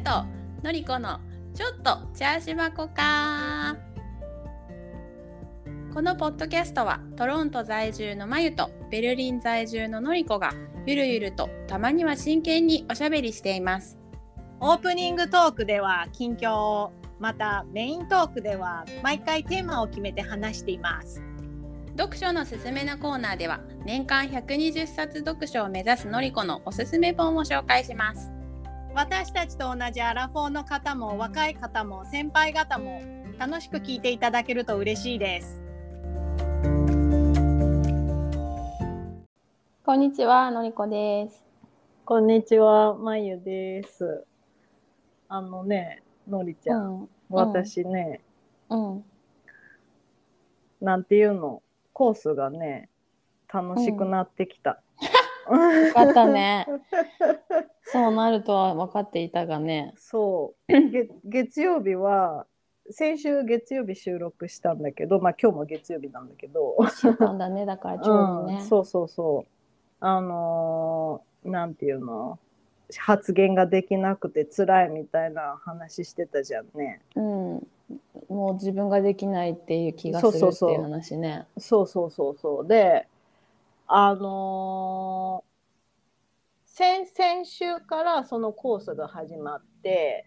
とのりこのちょっとチャーシュバコか。このポッドキャストはトロント在住のまゆとベルリン在住ののりこがゆるゆるとたまには真剣におしゃべりしています。 オープニングトークでは近況を、またメイントークでは毎回テーマを決めて話しています。 読書のすすめのコーナーでは年間120冊読書を目指すのりこのおすすめ本を紹介します。 私たちと同じアラフォーの方も若い方も先輩方も楽しく聞いていただけると嬉しいです。 こんにちは、のりこです。 こんにちは、まゆです。のりちゃん、私ね、なんていうの、コースがね、楽しくなってきた。 よかったね。そうなるとは分かっていたがね。 そう、月曜日は、先週月曜日収録したんだけど、まあ今日も月曜日なんだけど。 1週間だね、だからちょうどね。 そうそうそう。なんていうの、発言ができなくて辛いみたいな話してたじゃんね。 もう自分ができないっていう気がするっていう話ね。 そうで、先々週からそのコースが始まって、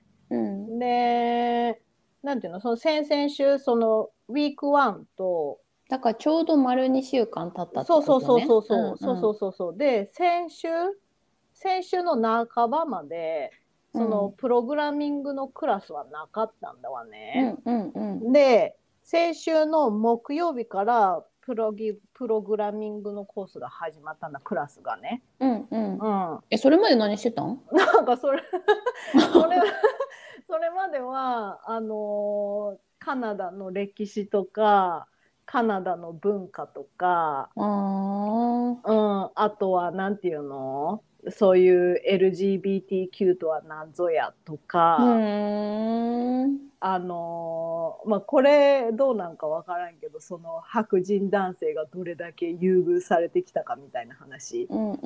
で、なんていうの、その先々週、そのウィーク1と、 だからちょうど丸2週間経ったってことね。 そう。で、先週の半ばまで、そのプログラミングのクラスはなかったんだわね。で、先週の木曜日からプログラミングのコースが始まったんだ、クラスがね。 それまで何してたん？ なんかそれまではカナダの歴史とかカナダの文化とか、あとはなんていうの、そういう LGBTQ とは何ぞやとか、まあこれどうなんかわからんけど、その白人男性がどれだけ優遇されてきたかみたいな話、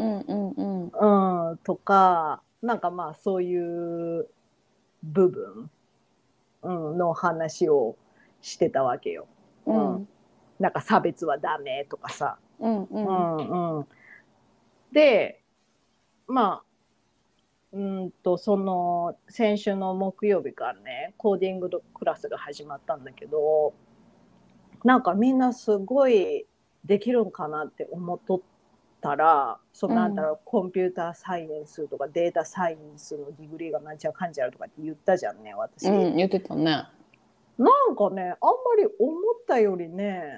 とか、なんかまあそういう部分、の話をしてたわけよ。なんか差別はダメとかさ。で、まあその先週の木曜日からね、コーディングのクラスが始まったんだけど、なんかみんなすごいできるんかなって思っとったら、なんだろう、コンピューターサイエンスとかデータサイエンスのディグリーがなんちゃらかんちゃらとかって言ったじゃんね、私。 言ってたね。 なんかね、あんまり思ったよりね、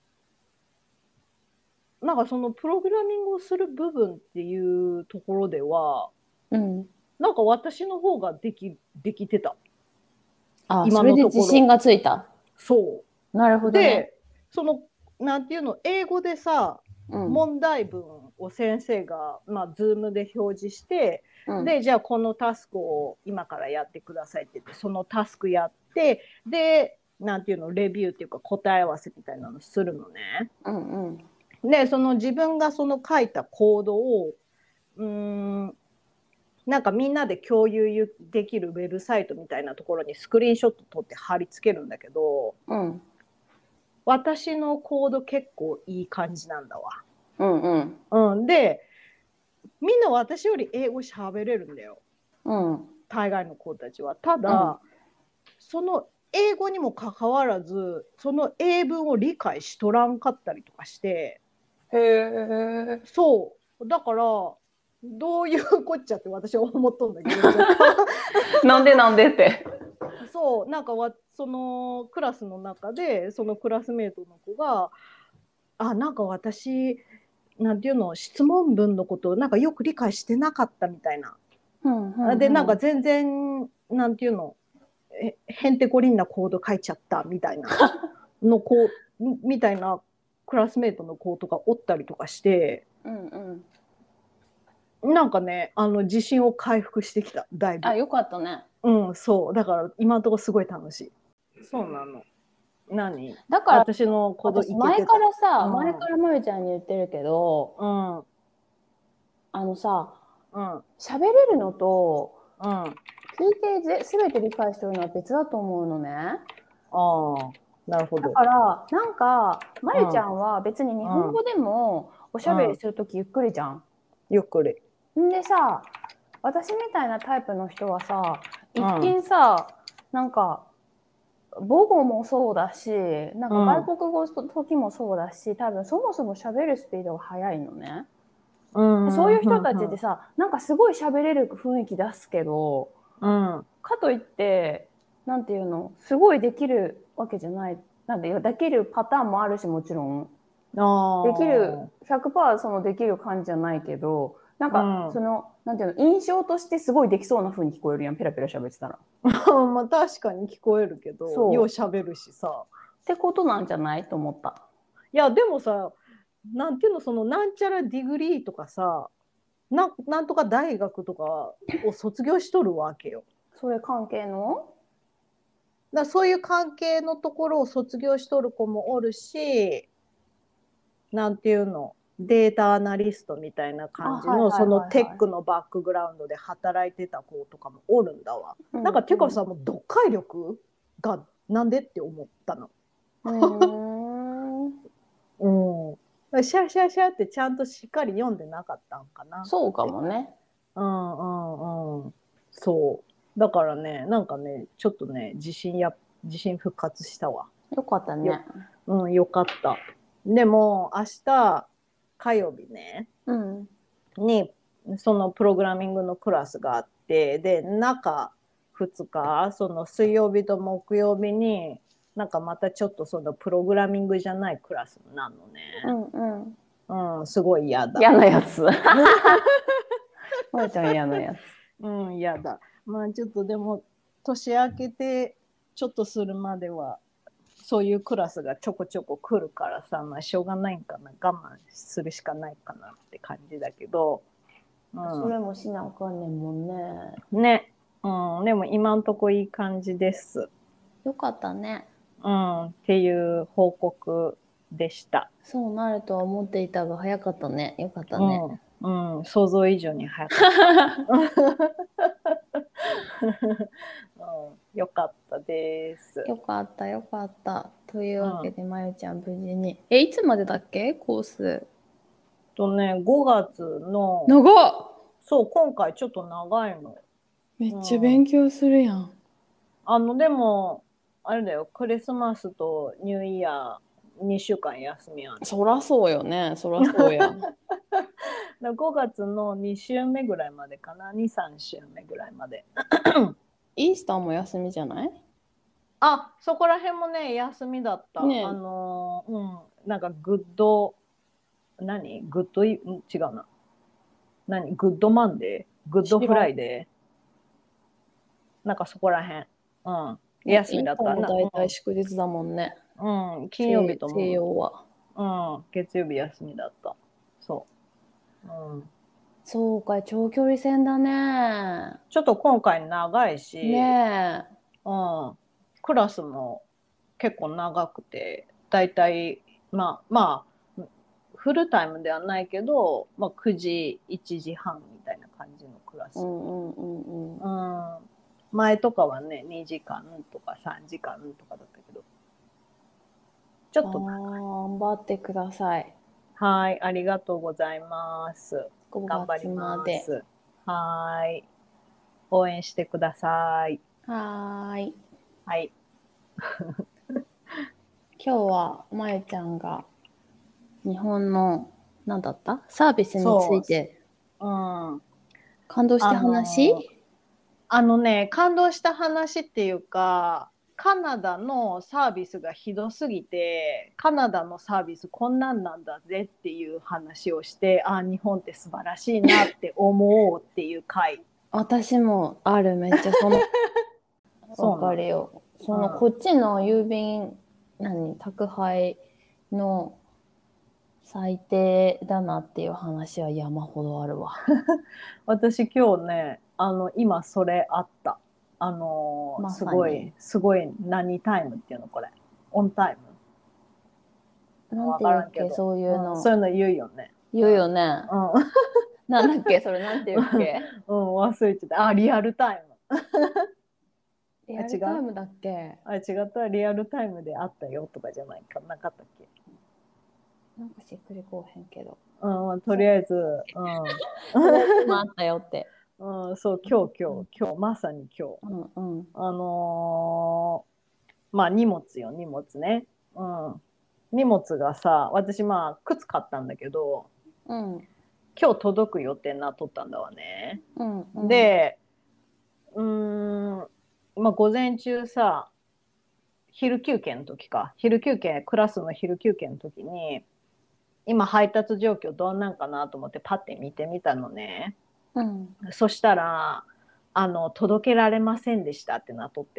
なんかそのプログラミングをする部分っていうところでは、なんか私の方ができてた。 今のところ。それで自信がついた。 そう。 なるほどね。 で、なんていうの、英語でさ、問題文を先生が、まあ、Zoom で表示して、で、じゃあこのタスクを今からやってくださいって言って、そのタスクやって、で、なんていうの、レビューっていうか答え合わせみたいなのするのね。で、その自分がその書いたコードを、なんかみんなで共有できるウェブサイトみたいなところにスクリーンショット撮って貼り付けるんだけど、私のコード結構いい感じなんだわ。で、みんな私より英語喋れるんだよ。大概の子たちは。ただ、その英語にもかかわらず、その英文を理解しとらんかったりとかして。そう。だから、どういうこっちゃって私は思っとんだけど。 なんでって。 そう、なんかそのクラスの中でそのクラスメートの子がなんか私なんていうの、質問文のことをなんかよく理解してなかったみたいな、でなんか全然なんていうの、へんてこりんなコード書いちゃったみたいなの子みたいなクラスメートの子とかおったりとかして、なんかね、自信を回復してきた、だいぶ。 よかったね。 そう。だから今のところすごい楽しい。そうなの。何？ だから私の行動前からまゆちゃんに言ってるけど、喋れるのと、 聞いて全て理解してるのは別だと思うのね。 ああ、なるほど。 だからなんかまゆちゃんは別に日本語でもおしゃべりするときゆっくりじゃん。 ゆっくり。 んでさ、私みたいなタイプの人はさ、一見さ、なんか母語もそうだし、なんか外国語の時もそうだし、多分そもそも喋るスピードが速いのね。そういう人たちってさ、なんかすごい喋れる雰囲気出すけど、かといってなんていうの、すごいできるわけじゃない。なんでできるパターンもあるし、もちろんできる 100% そのできる感じじゃないけど、なんかその、なんていうの、印象としてすごいできそうな風に聞こえるやん、ペラペラ喋ってたら。 まあ確かに聞こえるけど、よう喋るしさ。 ってことなんじゃないと思った。 いやでもさ、なんていうの、そのなんちゃらディグリーとかさ、なんとか大学とかを卒業しとるわけよ。 それ関係の？ そういう関係のところを卒業しとる子もおるし、なんていうの、データアナリストみたいな感じのそのテックのバックグラウンドで働いてた子とかもおるんだわ。なんかてかさ、もう読解力がなんでって思ったの。シャシャシャってちゃんとしっかり読んでなかったんかな。 そうかもね。 そうだからね、なんかね、ちょっとね、自信復活したわ。 よかったね。 よかった。でも明日火曜日ね、にそのプログラミングのクラスがあって、で中2日、その水曜日と木曜日になんかまたちょっとそのプログラミングじゃないクラスになるのね。すごい嫌だ。 嫌なやつ。まゆちゃん嫌なやつ。 嫌だ。まあちょっとでも年明けてちょっとするまではそういうクラスがちょこちょこ来るからさ、まあしょうがないんかな、我慢するしかないかなって感じだけど、 それもしなあかんねんもんね。 ね、でも今んとこいい感じです。 よかったね。 っていう報告でした。 そうなるとは思っていたが早かったね。よかったね。 想像以上に早かったよかったです。 よかったというわけで、まゆちゃん無事にいつまでだっけ、コース 5月の長っ。 そう、今回ちょっと長いの。 めっちゃ勉強するやん。 でもあれだよ、クリスマスとニューイヤー2週間休みある。 そらそうよね、そらそうや。 5月の2週目ぐらいまでかな、2、3週目ぐらいまで。 イースターも休みじゃない？ そこら辺もね、休みだった。 ね、 なんかグッド違うな。グッドマンデー、グッドフライデー。なんかそこら辺。休みだったな。 大体祝日だもんね。 金曜日とも。 西洋は。 月曜日休みだった。そう。 そうか、長距離戦だね。 ちょっと今回長いし、 ねえ。 クラスも結構長くて、だいたいまあフルタイムではないけど、9時1時半みたいな感じのクラス。前とかはね、2時間とか3時間とかだったけど、ちょっと頑張ってください。 はい、ありがとうございます。 頑張ります。 はい、応援してください。 はい。 今日はまゆちゃんが日本の何だったサービスについて感動した話？ 感動した話っていうか、カナダのサービスがひどすぎて、カナダのサービスこんなんなんだぜっていう話をして、日本って素晴らしいなって思うっていう回。 私もある、めっちゃそのわかるよ。こっちの郵便宅配の最低だなっていう話は山ほどあるわ。 私今日ね、今それあった。すごい何タイムっていうのこれ。オンタイム。なんて言うっけ、そういうの。 そういうの言うよね。 言うよね。なんだっけ、それなんて言うっけ。 忘れちゃった。リアルタイム。 リアルタイムだっけ？ あ、違った。リアルタイムであったよとかじゃないかなかったっけ？ なんかしっくりこうへんけど。 うん、とりあえず、 今あったよって。 うん、そう、今日、まさに今日。 うんうん。 まあ荷物よ、荷物ね。うん。荷物がさ、私まあ靴買ったんだけど、 うん。 今日届く予定になっとったんだわね。 うんうん、 で、まあ午前中さ、昼休憩の時か。昼休憩、クラスの昼休憩の時に、今配達状況どんなんかなと思ってパッて見てみたのね。 うん、 そしたら、届けられませんでしたってなっとって。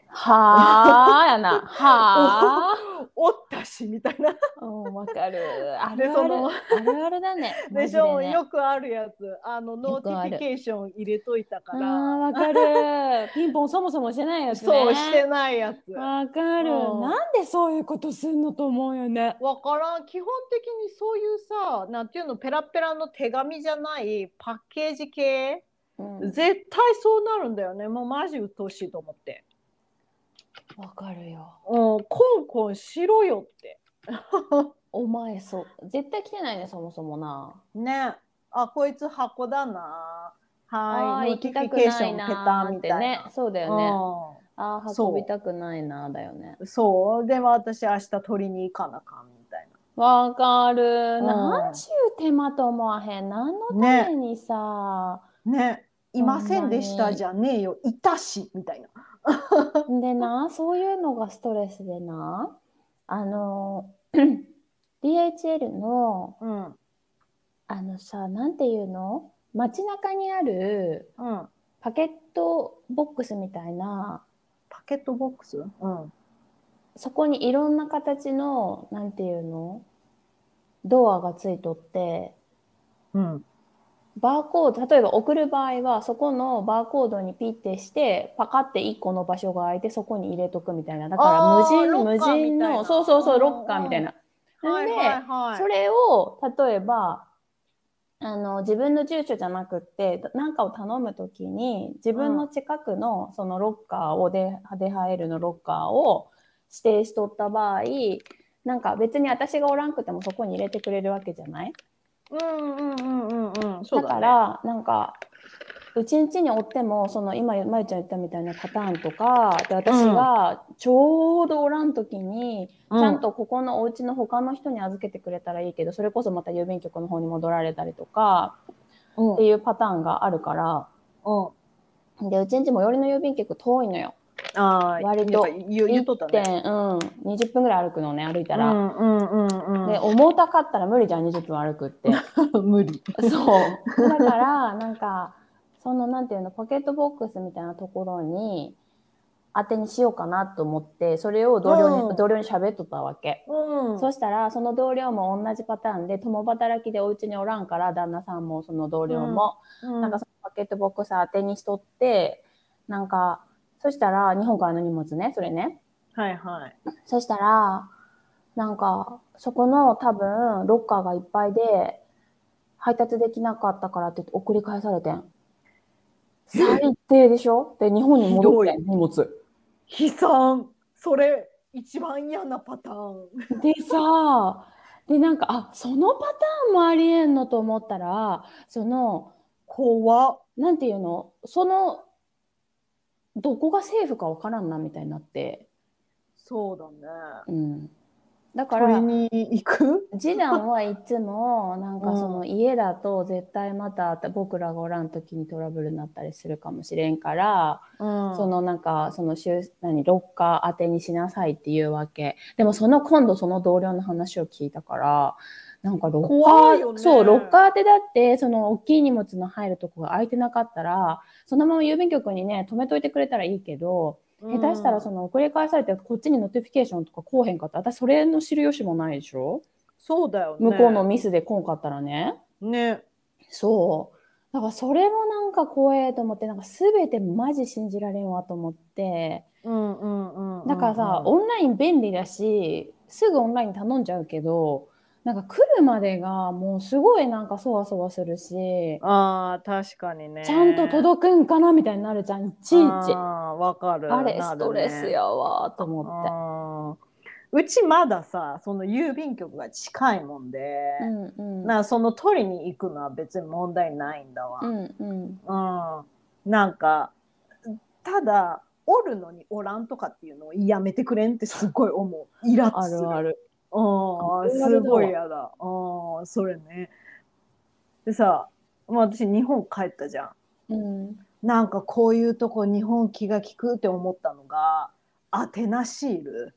はあやな。はあ。 おったし、みたいな。 うん、わかる。あで、 るある。あるあるだね。マでしょ、 ジでね。 よくあるやつ。ノーティフィケーション入れといたから。 わかる。ピンポンそもそもしてないやつね。 そう、してないやつ。 わかる、なんでそういうことすんのと思うよね。 わからん。基本的にそういうさ、なんていうの、ペラペラの手紙じゃないパッケージ系、絶対そうなるんだよね。もうマジ鬱陶しいと思って。 わかるよ。 コンコンしろよって。 お前そう。絶対来てないね、そもそもな。 ね。あ、こいつ箱だな。はい。ノーティフ行きたくィケーションないなペタみーってたいな。 ね。そうだよね。運びそうたくないなだよね。 そう。でも私明日取りに行かなあかんみたいな。 わかる。なんちゅう手間と思わへん。何のためにさ。 ね。いませんでしたじゃねえよ。いたしみたいな。 でな、そういうのがストレスでな、DHL の、さ、なんていうの？街中にあるパケットボックスみたいな。 パケットボックス？ そこにいろんな形の、なんていうの？ドアがついとって、バーコード、例えば送る場合は、そこのバーコードにピッてして、パカって1個の場所が空いて、そこに入れとくみたいな。だから無人の、そうそうそう、ロッカーみたいな。なんで、それを、例えば、自分の住所じゃなくって、何かを頼むときに、自分の近くの、そのロッカーを、出入るのロッカーを指定しとった場合、なんか別に私がおらんくてもそこに入れてくれるわけじゃない？だから、なんか、うちんちにおっても、その今、まゆちゃん言ったみたいなパターンとか、で私がちょうどおらん時に、ちゃんとここのお家の他の人に預けてくれたらいいけど、それこそまた郵便局の方に戻られたりとか、っていうパターンがあるから、で、うちんちも寄りの郵便局遠いのよ。割と20分ぐらい歩くのね、歩いたら。で、重たかったら無理じゃん、20分歩くって。 無理。 そう。だから、なんか、その、なんていうの、ポケットボックスみたいなところに、当てにしようかなと思って、それを同僚に喋っとったわけ。そしたら、その同僚も同じパターンで、共働きでお家におらんから、旦那さんもその同僚も、なんかそのポケットボックス当てにしとって、なんか、そしたら、日本からの荷物ね、それね。 はいはい。 そしたら、なんか、そこの多分、ロッカーがいっぱいで、配達できなかったからって送り返されてん。最低でしょ？で、日本に戻ってん、荷物。 悲惨。それ、一番嫌なパターン。 でさ、で、なんか、そのパターンもありえんのと思ったら、 怖っ。 なんていうの？どこがセーフかわからんな、みたいになって。 そうだね。だから、 取りに行く？ 次男はいつも、なんかその家だと絶対また僕らがおらん時にトラブルになったりするかもしれんから、そのなんか、そのロッカー当てにしなさいっていうわけ。でも今度その同僚の話を聞いたから、なんかロッカー、そう、ロッカー当てだって、その大きい荷物の入るとこが空いてなかったら、そのまま郵便局にね、止めといてくれたらいいけど、下手したら送り返されてこっちにノティフィケーションとかこうへんかったら、私それの知る由もないでしょ？ そうだよね。 向こうのミスでこんかったらね。 ね。 そう。だからそれもなんか怖えと思って、なんか全てマジ信じられんわと思って。だからさ、オンライン便利だし、すぐオンライン頼んじゃうけど、 なんか来るまでがもうすごいなんかそわそわするし、 確かにね。 ちゃんと届くんかなみたいになるじゃん、いちいち。 わかる。 あれストレスやわと思って。うちまださ、その郵便局が近いもんで、その取りに行くのは別に問題ないんだわ。なんかただおるのにおらんとかっていうのをやめてくれんってすごい思う。イラッとする。 あるある。 すごい嫌だ。それね。でさ、私日本帰ったじゃん。なんかこういうとこ日本気が利くって思ったのがアテナシール。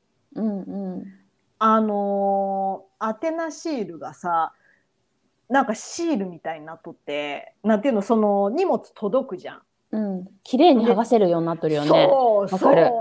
アテナシールがさ、なんかシールみたいになっとって、なんていうの、その荷物届くじゃん。 綺麗に剥がせるようになっとるよね。 そう。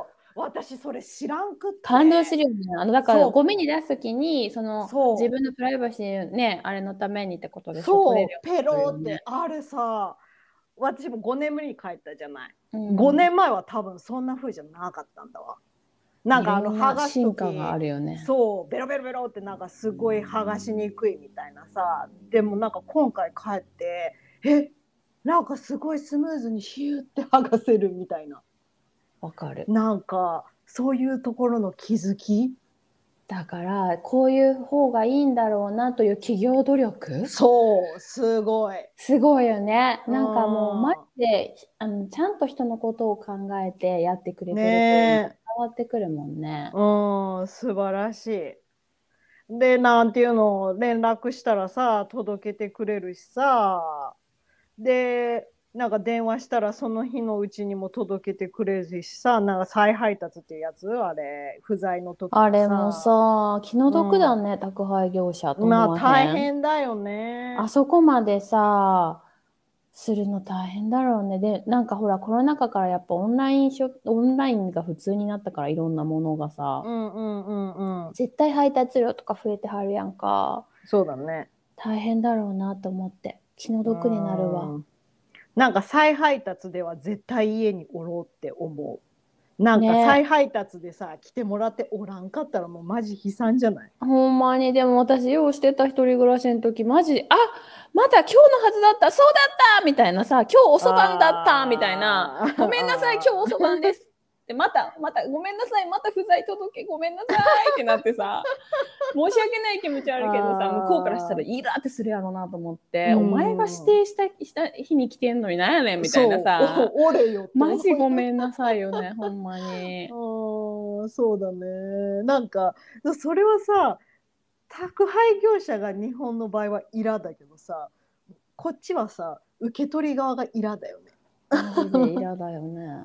私それ知らんくって。 感動するよね。だからゴミに出すときにその自分のプライバシーね、あれのためにってことでしょ。 そう、ペロってあれさ、私も5年ぶりに帰ったじゃない。5年前は多分そんな風じゃなかったんだわ。なんか剥がすときがあるよね。 そうベロベロベロってなんかすごい剥がしにくいみたいなさ。でもなんか今回帰ってなんかすごいスムーズにヒューって剥がせるみたいな。 わかる。 なんかそういうところの気づきだからこういう方がいいんだろうなという企業努力。 そうすごいよね。なんかもうマジでちゃんと人のことを考えてやってくれてると伝わってくるもんね。 素晴らしい。でなんていうの連絡したらさ届けてくれるしさ、でなんか電話したらその日のうちにも届けてくれるしさ、なんか再配達っていうやつ、あれ不在の時あれもさ気の毒だね、宅配業者と思わへん？ 大変だよね。 あそこまでさするの大変だろうね。でなんかほらコロナ禍からやっぱオンラインが普通になったから、いろんなものがさ、絶対配達料とか増えてはるやんか。 そうだね。 大変だろうなと思って気の毒になるわ。 なんか再配達では絶対家におろうって思う。なんか再配達でさ、来てもらっておらんかったらもうマジ悲惨じゃない？ ほんまに。でも私ようしてた一人暮らしの時マジまだ今日のはずだった、そうだったみたいなさ、今日遅番だったみたいな、ごめんなさい今日遅番ですでまたごめんなさい、また不在届けごめんなさいってなってさ申し訳ない気持ち悪いけどさ、向こうからしたらイラってするやろなと思って、お前が指定した日に来てんのになんやねんみたいなさ、マジごめんなさいよねほんまに。 そうだね。なんかそれはさ、宅配業者が日本の場合はイラだけどさ、こっちはさ受け取り側がイラだよね。 マジでイラだよね。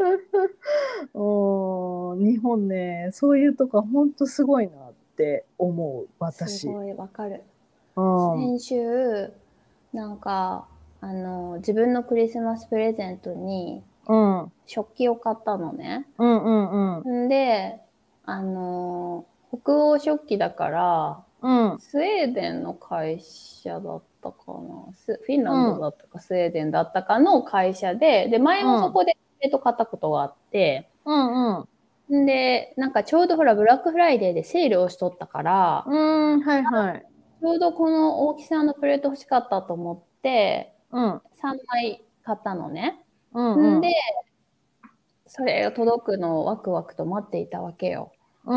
日本ね、そういうとこほんとすごいなって思う。私すごいわかる。先週なんか自分のクリスマスプレゼントに食器を買ったのね。で北欧食器だから、スウェーデンの会社だったかな、フィンランドだったか、スウェーデンだったかの会社で、前もそこで買ったことがあって、でなんかちょうどほらブラックフライデーでセールをしとったから、ちょうどこの大きさのプレート欲しかったと思って、3枚買ったのね。でそれが届くのをワクワクと待っていたわけよ。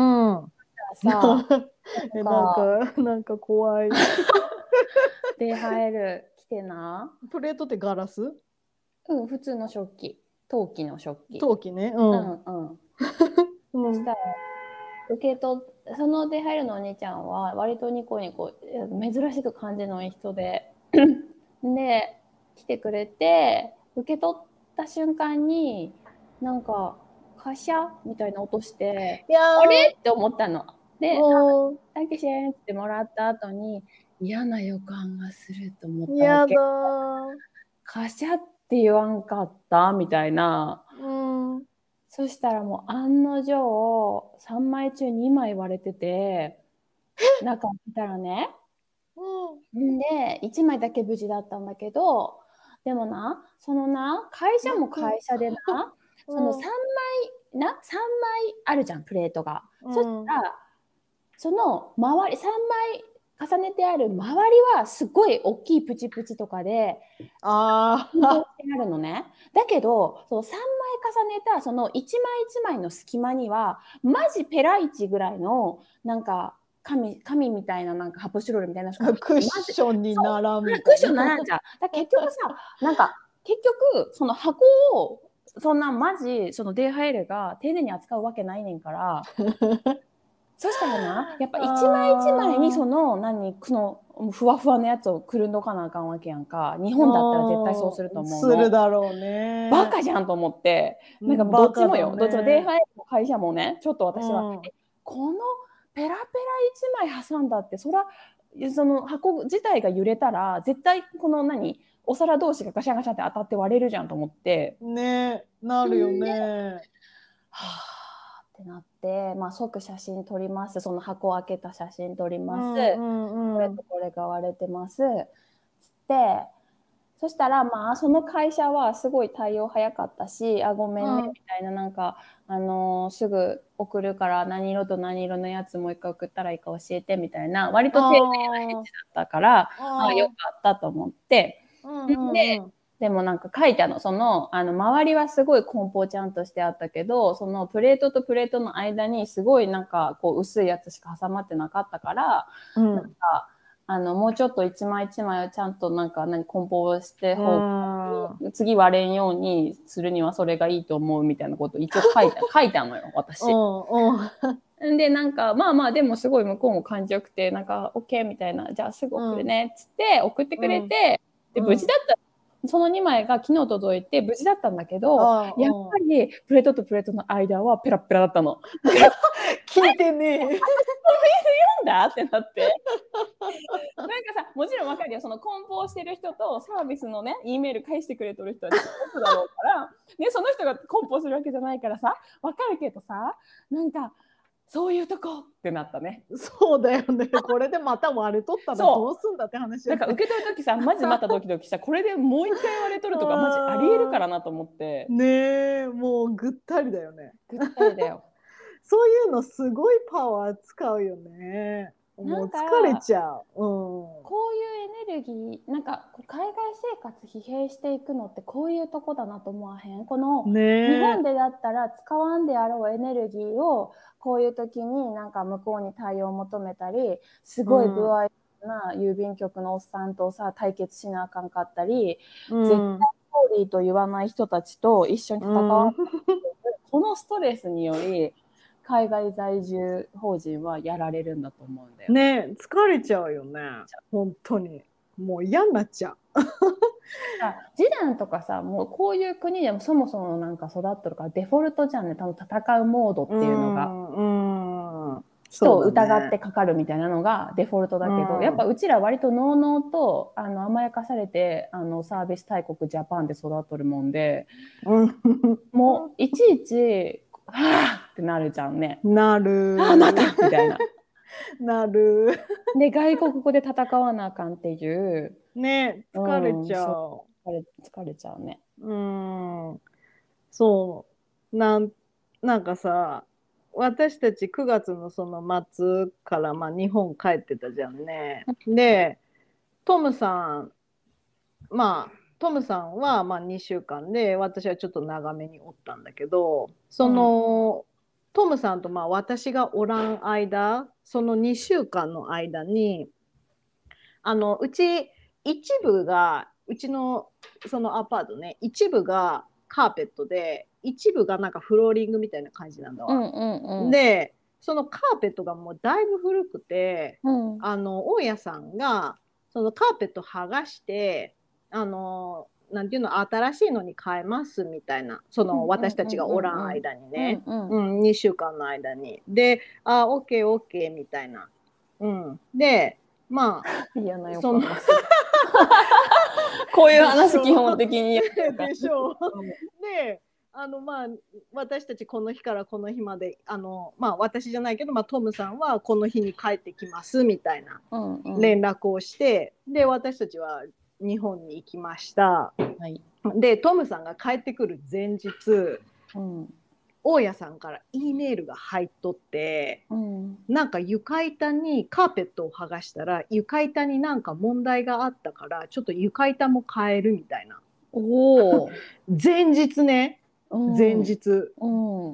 なんか怖い。 で入る来てな。 プレートってガラス？ 普通の食器、陶器の食器。 陶器ね。 そしたらその出入るのお兄ちゃんは割とニコニコ珍しく感じのいい人でで来てくれて、受け取った瞬間になんかカシャみたいな音して、あれって思ったので、タケシェンってもらった後に嫌な予感がすると思ったわけ。カシャって言わんかったみたいな。そしたらもう案の定3枚中2枚割れてて、中見たらね、で1枚だけ無事だったんだけど、でもな、そのな会社も会社でな、その3枚あるじゃんプレートが。そしたらその周り3枚重ねてある周りはすごい大きいプチプチとかでああるのね。だけどその3枚重ねたその1枚1枚の隙間にはマジペライチぐらいのなんか紙みたいな、なんか発泡スチロールみたいなクッションに並んで、 クッション並んじゃう。だ結局さ、なんか結局その箱をそんなマジそのDHLが丁寧に扱うわけないねんからそしたらな、やっぱ一枚一枚にそのふわふわのやつをくるんどかなあかんわけやんか。日本だったら絶対そうすると思うの。 するだろうね。 バカじゃんと思って、なんかどっちもよ、どっちもDHLの会社もね、ちょっと私は、このペラペラ一枚挟んだって、その箱自体が揺れたら絶対このお皿同士がガシャガシャって当たって割れるじゃんと思ってね、なるよね。 はあってなって、即写真撮ります。その箱を開けた写真撮ります。これとこれが割れてます。つってそしたらその会社はすごい対応早かったし、ごめんねみたいな、なんかすぐ送るから何色と何色のやつもう一回送ったらいいか教えてみたいな、割と丁寧な返事だったからよかったと思って、でもなんか書いてあるの、周りはすごい梱包ちゃんとしてあったけど、そのプレートとプレートの間にすごいなんかこう薄いやつしか挟まってなかったから、なんかもうちょっと一枚一枚をちゃんと梱包して次割れんようにするにはそれがいいと思うみたいなことを一応書いたのよ私。でなんかでもすごい向こうも感じよくて、なんか OK みたいな、じゃあすぐ送るねっつって送ってくれて、で無事だった。その2枚が昨日届いて無事だったんだけど、やっぱりプレートとプレートの間はペラペラだったの。 聞いてねえ。読んだってなって。なんかさ、もちろん分かるよ、その梱包してる人とサービスのね、Eメール返してくれとる人は違うだろうから、ね、その人が梱包するわけじゃないからさ、分かるけどさ、なんかそういうとこってなったね。 そうだよね。これでまた割れとったらどうすんだって話なんか受け取るときさ、マジまたドキドキした。これでもう一回割れとるとかマジありえるからなと思って。 ねえ、もうぐったりだよね。 ぐったりだよ。 そういうのすごいパワー使うよね。もう疲れちゃう。 こういうエネルギー、なんか海外生活疲弊していくのってこういうとこだなと思わへん？この日本でだったら使わんであろうエネルギーをこういう時になんか向こうに対応を求めたり、すごい不愛な郵便局のおっさんとさ対決しなあかんかったり、絶対ソーリーと言わない人たちと一緒に戦わないこのストレスにより海外在住邦人はやられるんだと思うんだよね。疲れちゃうよね。本当にもう嫌になっちゃう。 ジダンとかさ、もうこういう国でもそもそもなんか育ってるからデフォルトじゃんね、多分戦うモードっていうのが。人を疑ってかかるみたいなのがデフォルトだけど、やっぱうちら割とのうのうと甘やかされてサービス大国ジャパンで育っとるもんで、もういちいちはぁってなるじゃんね。 なる。 またみたいな。 なる。 で外国語で戦わなあかんっていうね、疲れちゃう。 疲れちゃうね。 そうなんかさ、私たち9月のその末から日本帰ってたじゃんね。でトムさんは2週間で、私はちょっと長めにおったんだけど、その、トムさんと私がおらん間、その2週間の間にうち一部がうちのそのアパートね、一部がカーペットで一部がなんかフローリングみたいな感じなんだわ。でそのカーペットがもうだいぶ古くて、大家さんがそのカーペット剥がしてなんていうの、新しいのに変えますみたいな、その私たちがおらん間にね、2週間の間にで、オッケーオッケーみたいな。で嫌な予感がする。こういう話基本的にでしょう。で私たちこの日からこの日まで私じゃないけど、トムさんはこの日に帰ってきますみたいな連絡をして、で私たちは日本に行きました。でトムさんが帰ってくる前日、 大家さんから E メールが入っとって、 うん、 なんか床板にカーペットを剥がしたら床板になんか問題があったからちょっと床板も変えるみたいな。 おー、 前日ね、前日、 うん、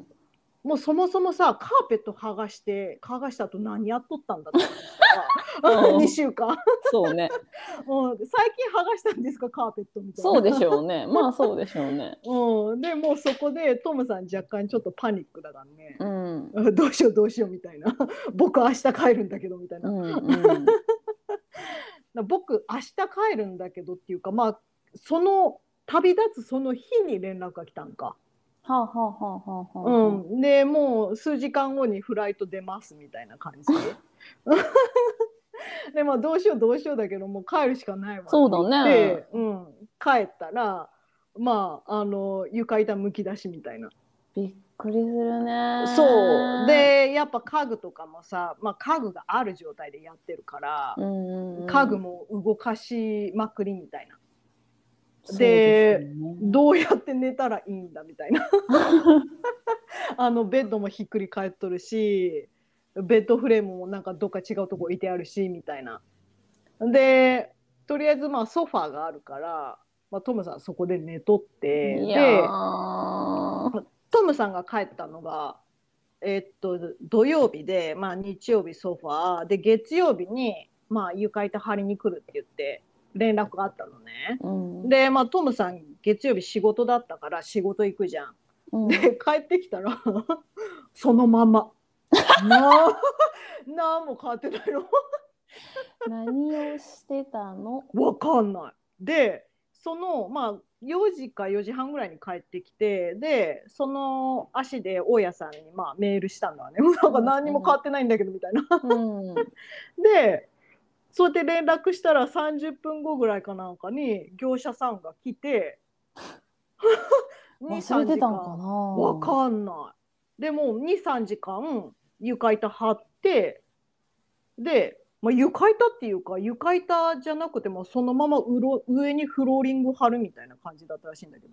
もうそもそもさカーペット剥がした後何やっとったんだって話2週間そうね最近剥がしたんですかカーペットみたいな。 そうでしょうね。まあそうでしょうね。 でもうそこでトムさん若干ちょっとパニックだからね、 うん、 どうしようみたいな僕明日帰るんだけどみたいな、 うんうん、 僕明日帰るんだけどっていうかまあその旅立つその日に連絡が来たんか。 はあはあはあはあはあ、 でもう数時間後にフライト出ますみたいな感じでまあどうしようだけどもう帰るしかないわって言って、 そうだね、 帰ったらまあ床板むき出しみたいな。 びっくりするね。 そうでやっぱ家具とかもさ、まあ、家具がある状態でやってるから、家具も動かしまくりみたいな。で、どうやって寝たらいいんだみたいなベッドもひっくり返っとるしベッドフレームもなんかどっか違うとこ置いてあるしみたいな。でとりあえずまあソファーがあるから、まあ、トムさんそこで寝とってでトムさんが帰ったのが、土曜日で、まあ、日曜日ソファーで月曜日に、まあ、床板張りに来るって言って連絡があったのね、で、まあ、トムさん月曜日仕事だったから仕事行くじゃん、で帰ってきたらそのままなんも変わってないの何をしてたの？ わかんない。でそのまあ4時か4時半ぐらいに帰ってきてでその足で大家さんにまあメールしたのはねなんか何にも変わってないんだけどみたいな、でそうやって連絡したら30分後ぐらいかなんかに業者さんが来て忘れてたのかな。 わかんない。でも 2,3 時間床板張ってで、まあ、床板っていうか床板じゃなくてもそのまま上にフローリング張るみたいな感じだったらしいんだけど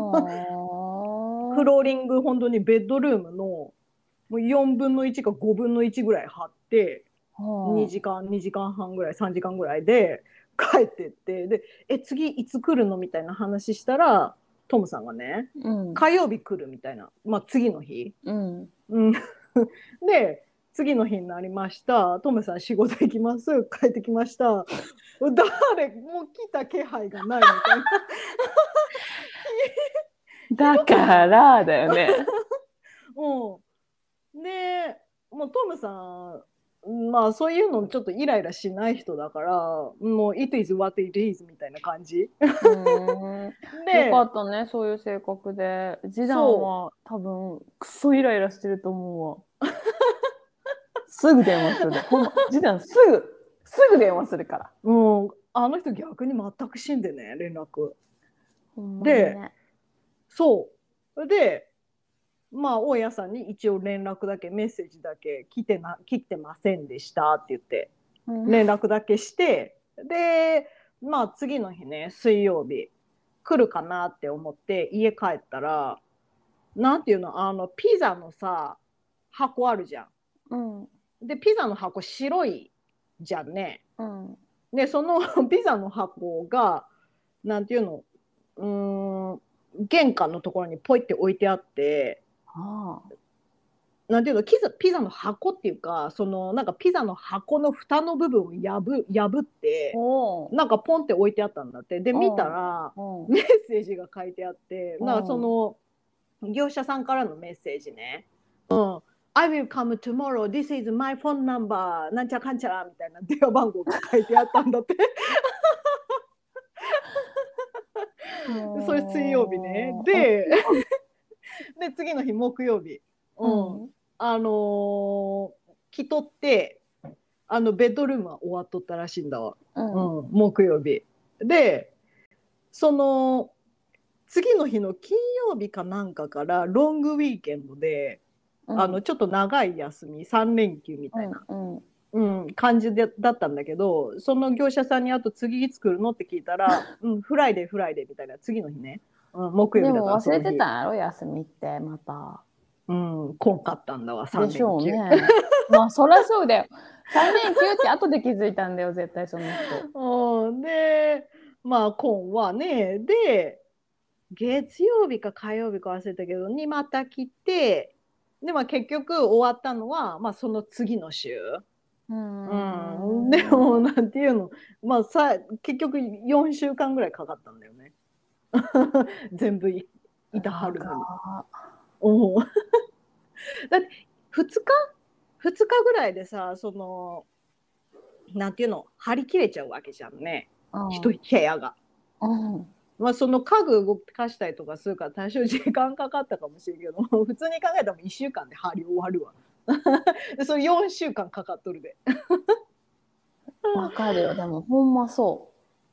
フローリング本当にベッドルームのもう4分の1か5分の1ぐらい張って2時間半ぐらい3時間ぐらいで帰ってってで次いつ来るのみたいな話したらトムさんがね、火曜日来るみたいな、まあ、次の日、で次の日になりましたトムさん仕事行きます帰ってきました誰も来た気配がないみたいなだからだよねでもうトムさんまあそういうのちょっとイライラしない人だからもう It is what it is みたいな感じでよかったねそういう性格で次男は多分クソイライラしてると思うわすぐ電話する次男すぐ電話するから、 あの人逆に全く死んでね連絡で、 そうでまあ大家さんに一応連絡だけメッセージだけ来てませんでしたって言って連絡だけして、でまあ次の日ね水曜日来るかなって思って家帰ったらなんていうのピザのさ箱あるじゃん、でピザの箱白いじゃんね、でそのピザの箱がなんていうの玄関のところにポイって置いてあってなんていうのピザの箱っていうかそのなんかピザの箱の蓋の部分を破ってなんかポンって置いてあったんだってで見たらメッセージが書いてあってなんかその業者さんからのメッセージねI will come tomorrow. This is my phone number. なんちゃかんちゃらみたいな電話番号が書いてあったんだってそれ水曜日ねで次の日木曜日来とってベッドルームは終わっとったらしいんだわ、木曜日でその次の日の金曜日かなんかからロングウィーケンドでちょっと長い休み3連休みたいな、感じだったんだけどその業者さんにあと次いつ来るのって聞いたら、フライデーみたいな次の日ね、木曜日だからでも忘れてたんやろ休みってまたうん、こんかったんだわ、3連休。 でしょうね。まあ、そりゃそうだよ。3連休って後で気づいたんだよ、絶対その人。で、まあ、こんはね、で、月曜日か火曜日か忘れたけど、にまた来て、で、まあ結局終わったのは、まあその次の週。でも、なんていうの、まあ結局4週間ぐらいかかったんだよね。全部いたはるのに。だって2日ぐらいでさ、なんていうの、張り切れちゃうわけじゃんね。一部屋が。まあその家具動かしたりとかするから多少時間かかったかもしれんけど、普通に考えたら1週間で張り終わるわ。それ4週間かかっとるで。 わかるよ。でもほんまそう。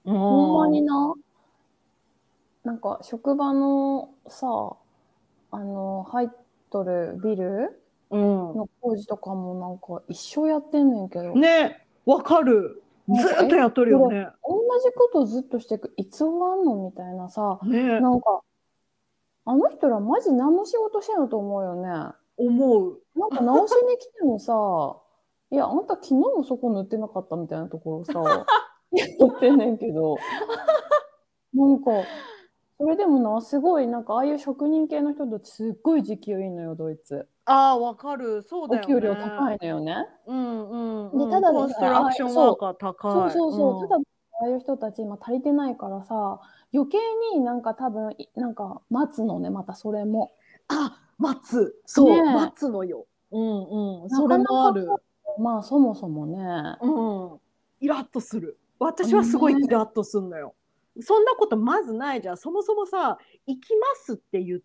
ほんまにな。なんか職場のさ、入っとるビルの工事とかもなんか一生やってんねんけど。 ね、わかる。ずっとやっとるよね。 同じことずっとしていく、いつ終わんのみたいなさ、なんか、あの人らマジ何の仕事してんのと思うよね。 思う。 なんか直しに来てもさ、いや、あんた昨日もそこ塗ってなかったみたいなところさ、やってんねんけど、なんか、それでもな、すごい、なんかああいう職人系の人たちすっごい時給いいのよ、ドイツ。 ああ、わかる。そうだよね。 お給料高いのよね。 で、 ただコンストラクションワーカー高い。 ただ、ああいう人たち今足りてないからさ、余計になんか多分、なんか待つのね、またそれも。 待つ。そう、待つのよ。それもある。 まあ、そもそもね。 イラッとする。私はすごいイラッとするのよ。そんなことまずないじゃん。そもそもさ、行きますって言って、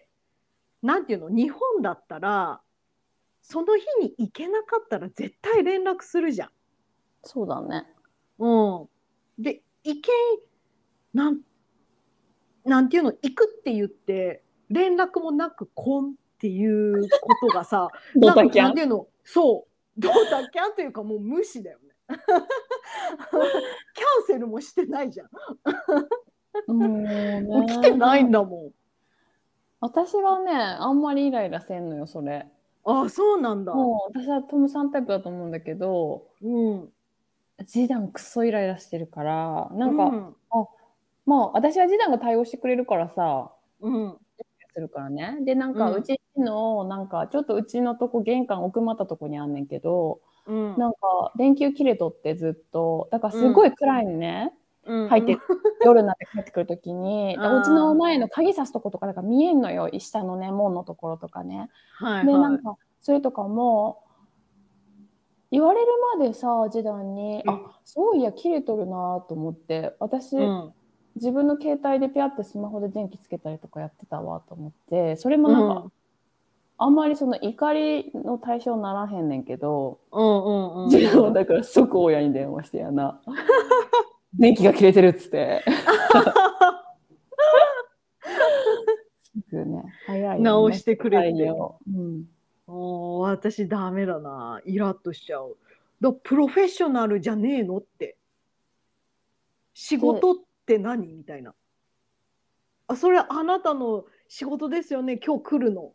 なんていうの、日本だったら、その日に行けなかったら絶対連絡するじゃん。 そうだね。 で、なんていうの、行くって言って、連絡もなく来んっていうことがさ、なんていうの、そう、ドタキャンというかもう無視だよね。キャンセルもしてないじゃん。もう来てないんだもん。 私はね、あんまりイライラせんのよ、それ。 ああ、そうなんだ。 もう私はトムさんタイプだと思うんだけど、ジダンクソイライラしてるから、なんか、まあ私はジダンが対応してくれるからさ、するからね。で、なんかうちの、なんかちょっとうちのとこ玄関奥まったとこにあんねんけど、なんか電球切れとってずっと、だからすごい暗いのね。入って夜になって帰ってくるときに、うちの前の鍵さすとことかだから見えんのよ、下のね門のところとかね。でなんかそれとかも言われるまでさ、ジダンにそういや切れとるなと思って、私、自分の携帯でピャってスマホで電気つけたりとかやってたわと思って、それもなんか、あんまりその怒りの対象にならへんねんけど、だから即親に電話してやな。電気が切れてるっつって。すぐね、早いよ。 直してくれって。私ダメだな。イラッとしちゃう。プロフェッショナルじゃねえのって。仕事って何みたいな。それあなたの仕事ですよね、今日来るのって。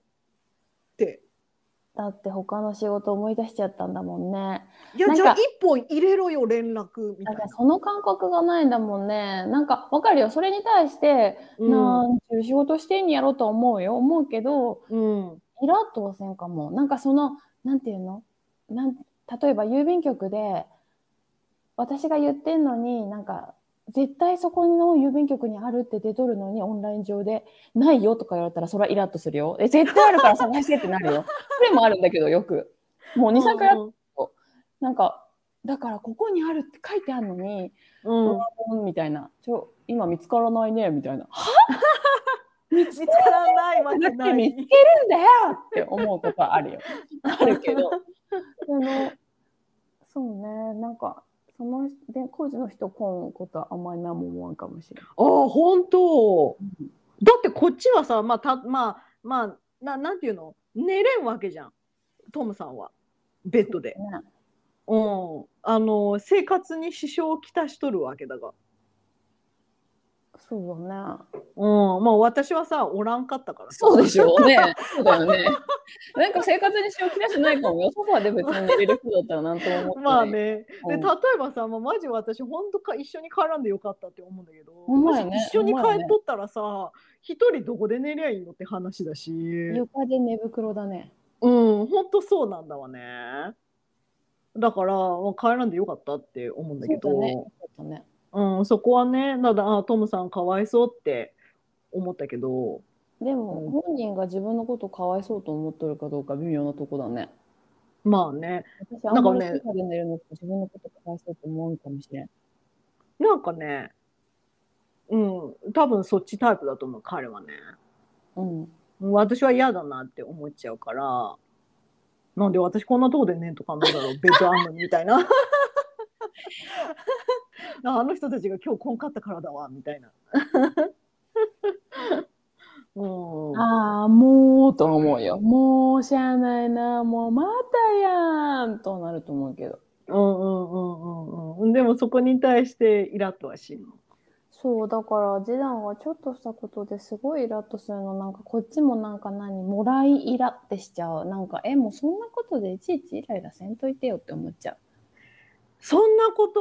だって他の仕事思い出しちゃったんだもんね。 いや、じゃあ一本入れろよ、連絡みたいな。 その感覚がないんだもんね。なんか分かるよ。それに対して、なんていう仕事してんやろうと思うよ。思うけど、イラッとはせんかも。なんかその、なんていうの？例えば郵便局で、私が言ってんのに、なんか、絶対そこの郵便局にあるって出とるのにオンライン上でないよとか言われたらそれはイラッとするよ。絶対あるから探してってなるよ。それもあるんだけどよく。もう2、3回やっと。なんか、だからここにあるって書いてあるのに、みたいな。今見つからないねみたいな。は見つからないわけない。 見つけるんだよって思うことはあるよ。あるけど。そうね、なんか。その工事の人来んことはあんまり何も思わんかもしれない。 本当。だってこっちはさ、なんていうの、寝れんわけじゃん、トムさんはベッドで。生活に支障をきたしとるわけだが。 そうだね。 まあ私はさ、おらんかったからさ。 そうでしょうね。そうだよね。なんか生活に支障きたしないかもよ。ソファーで別に寝れる人だったらなんとも思ってない。 まあね。で、例えばさ、マジ私、本当か一緒に帰らんでよかったって思うんだけど、もし一緒に帰っとったらさ、一人どこで寝りゃいいのって話だし。 床で寝袋だね。 本当そうなんだわね。だから、帰らんでよかったって思うんだけど、 そうだね。 そこはね、ただ、トムさんかわいそうって思ったけど。 でも、本人が自分のことかわいそうと思っとるかどうか微妙なとこだね。 まあね。 私、あんまりソファで寝るのって自分のことかわいそうと思うかもしれん。 なんかね、多分そっちタイプだと思う、彼はね。私は嫌だなって思っちゃうから、なんで私こんなとこで寝んとかんのだろう、ベッドあんのにみたいな。あの人たちが今日こんかったからだわ、みたいな。 ああ、もうと思うよ。もうしゃあないな、もうまたやんとなると思うけど。 でもそこに対してイラッとはしんの。 そう、だから次男はちょっとしたことですごいイラッとするの。なんかこっちもなんかもらいイラってしちゃう。なんか、もうそんなことでいちいちイライラせんといてよって思っちゃう。 そんなこと？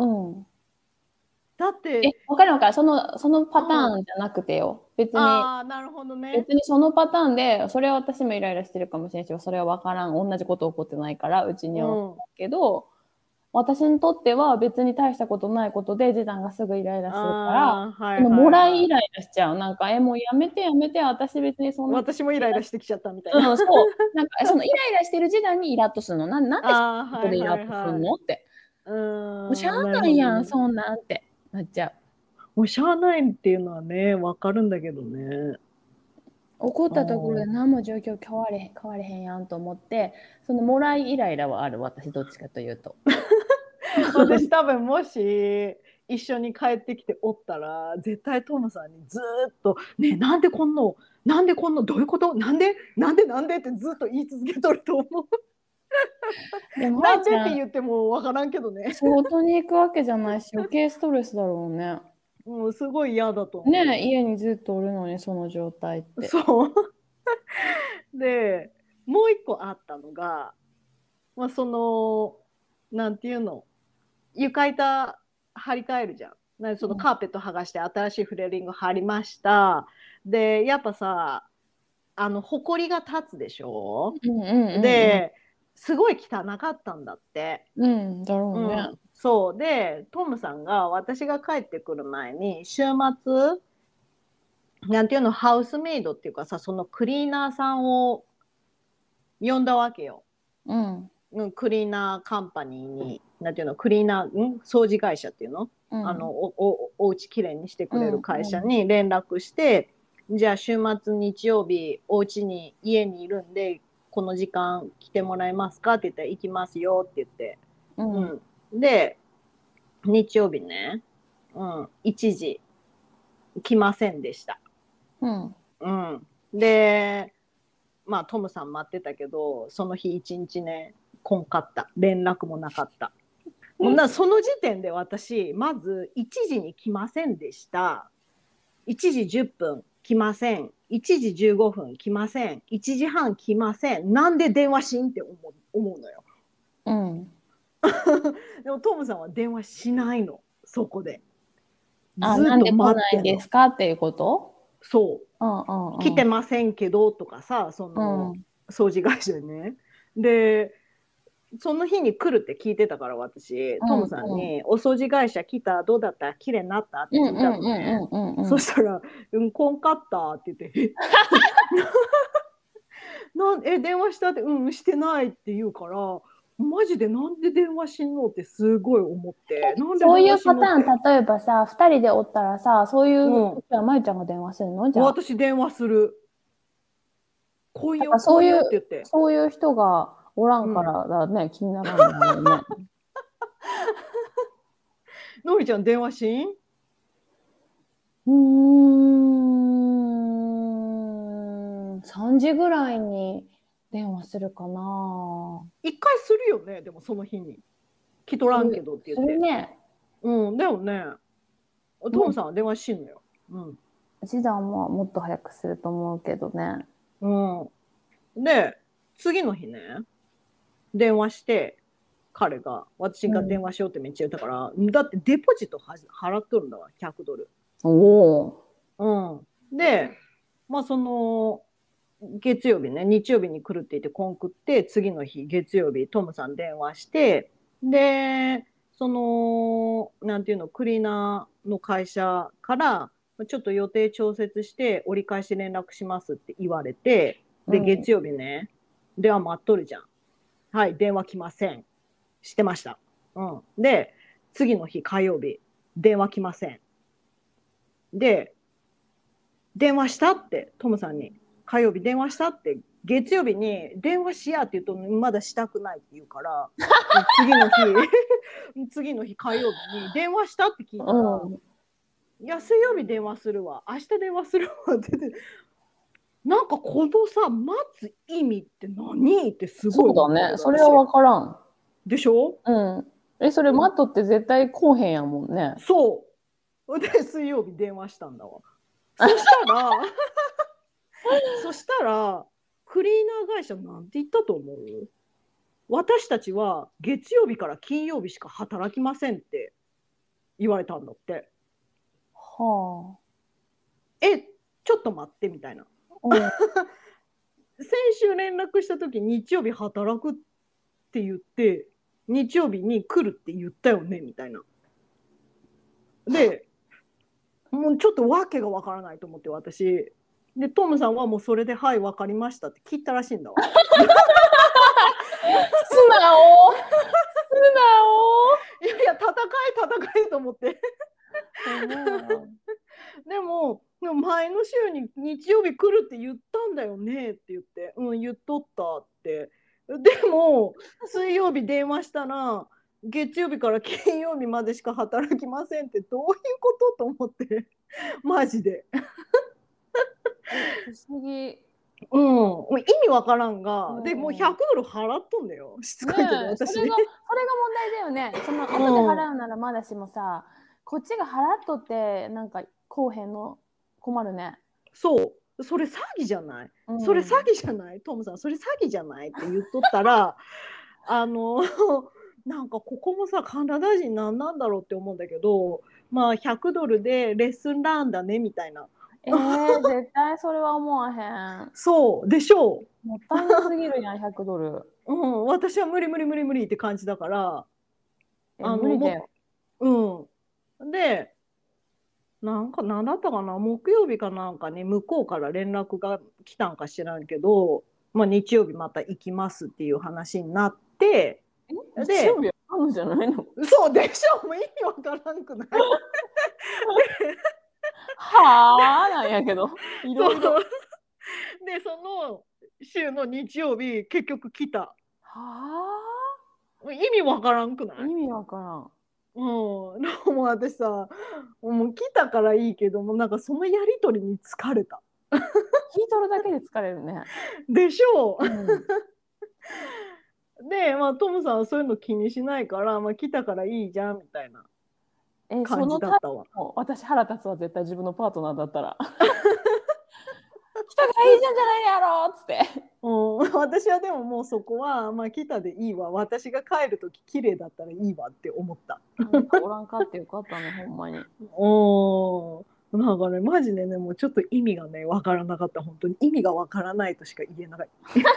だって。 わかるわかる。そのパターンじゃなくてよ。別に。 なるほどね。 別にそのパターンで、それは私もイライラしてるかもしれないし、それはわからん。同じこと起こってないから、うちには。けど、私にとっては別に大したことないことで、次男がすぐイライラするから、もらいイライラしちゃう。なんか、もうやめて、私別にそんな。 私もイライラしてきちゃったみたいな。 そう。なんか、そのイライラしてる次男にイラッとするの。なんでそんなことでイラッとするのって。もうしゃあないやん、そんなんってなっちゃう。 もうしゃあないっていうのはね、わかるんだけどね。 怒ったところで何も状況変われへんやんと思って、そのもらいイライラはある、私どっちかというと。 私多分もし一緒に帰ってきておったら、絶対トムさんにずっと「ねえ、なんでこんなどういうこと、なんでってずっと言い続けとると思う。 でもなんでって言ってもわからんけどね。 仕事に行くわけじゃないし、余計ストレスだろうね。 すごい嫌だと思う。 ね、家にずっとおるのにその状態って。 そうで、もう一個あったのが、そのなんていうの、床板張り替えるじゃん。そのカーペット剥がして新しいフレーリング貼りました。でやっぱさ、ほこりが立つでしょ。ですごい汚かったんだって。 だろうね。 そうで、トムさんが私が帰ってくる前に週末なんていうの、ハウスメイドっていうかさ、そのクリーナーさんを呼んだわけよ。クリーナーカンパニーに、なんていうの、クリーナー、掃除会社っていうの、お家きれいにしてくれる会社に連絡して、じゃあ週末日曜日家にいるんでこの時間来てもらえますかって言ったら行きますよって言って、で日曜日ね、1時来ませんでした。でまあトムさん待ってたけど、その日一日ね来んかった。連絡もなかった。その時点で私まず1時に来ませんでした、1時10分来ません、1時15分来ません、1時半来ません、なんで電話しんって思うのよ。でもトムさんは電話しないの、そこで。 ずっとなんで来ないんですかっていうこと？ そう、来てませんけどとかさ、その、掃除会社でね。でその日に来るって聞いてたから、私トムさんに「お掃除会社来た？どうだった？綺麗になった？」って聞いたのね。そしたら「こんかった」って言って「電話した？」って「してない」って言うから、マジでなんで電話しんのってすごい思って。 そういうパターン、例えばさ、2人でおったらさ、そういう時はまゆちゃんが電話するの？じゃあ私電話する。来いよそういうって言って。 そういう人がおらんからだね、気にならないよね。 のりちゃん電話しん ？3時ぐらいに電話するかな。 1回するよね、でもその日に。来とらんけどって言って。 するね。 だよね。 トムさんは電話しんのよ。 次男はもっと早くすると思うけどね。 で、次の日ね、電話して、彼が、私が電話しようってめっちゃ言ったから、だってデポジット払っとるんだわ、100ドル。で、まあその、月曜日ね、日曜日に来るって言ってコンクって、次の日、月曜日、トムさん電話して、で、その、なんていうの、クリーナーの会社から、ちょっと予定調節して折り返し連絡しますって言われて、で、月曜日ね、電話待っとるじゃん。はい、電話来ません。してました。で、次の日火曜日、電話来ません。で、電話したってトムさんに火曜日電話したって月曜日に電話しやって言うとまだしたくないって言うから次の日火曜日に電話したって聞いたら、いや水曜日電話するわ、明日電話するわって言って、なんかこのさ待つ意味って何ってすごい。 そうだね、それは分からんでしょ。 それ待っとって絶対こうへんやもんね。 そうで水曜日電話したんだわ。そしたらクリーナー会社なんて言ったと思う？私たちは月曜日から金曜日しか働きませんって言われたんだって。 はあ。 ちょっと待ってみたいな。先週連絡した時日曜日働くって言って日曜日に来るって言ったよねみたいな。でもうちょっと訳がわからないと思って私でトムさんはもうそれではいわかりましたって聞いたらしいんだわ。素直いや戦いと思ってでも前の週に日曜日来るって言ったんだよねって言って、言っとったって。でも水曜日電話したら月曜日から金曜日までしか働きませんってどういうことと思ってマジで不思議。 もう意味わからんが、でもう100ドル払っとんだよ。しつこいけど私。 それが問題だよね。その後で払うならまだしもさ、こっちが払っとってなんかこうへんの困るね。 そうそれ詐欺じゃない、それ詐欺じゃないトムさん、それ詐欺じゃないって言っとったらなんかここもさカナダ人なんなんだろうって思うんだけど、まあ100ドルでレッスンランだねみたいな。 絶対それは思わへん。 そうでしょう。 もったいなすぎるやん100ドル。 私は無理って感じだから無理だよ。 でなんだったかな、木曜日かなんかに向こうから連絡が来たんか知らんけど、まあ、日曜日また行きますっていう話になって、 日曜日はあるんじゃないの？ そうでしょ、もう意味わからんくないはあなんやけどいろいろ。 でその週の日曜日結局来た。 はあ、意味わからんくない？ 意味わからん。 もう私さもう来たからいいけどもなんかそのやり取りに疲れた。 聞いとるだけで疲れるね。 でしょう、で、まあ、トムさんはそういうの気にしないから、まあ、来たからいいじゃんみたいな感じだったわ。 私腹立つわ絶対自分のパートナーだったら。来たからいいじゃんじゃないやろっつって。 私はでももうそこは、まあ、来たでいいわ、私が帰るとき綺麗だったらいいわって思った。 おらんかってよかったねほんまに。 なんかねマジでねもうちょっと意味がねわからなかった。本当に意味がわからないとしか言えない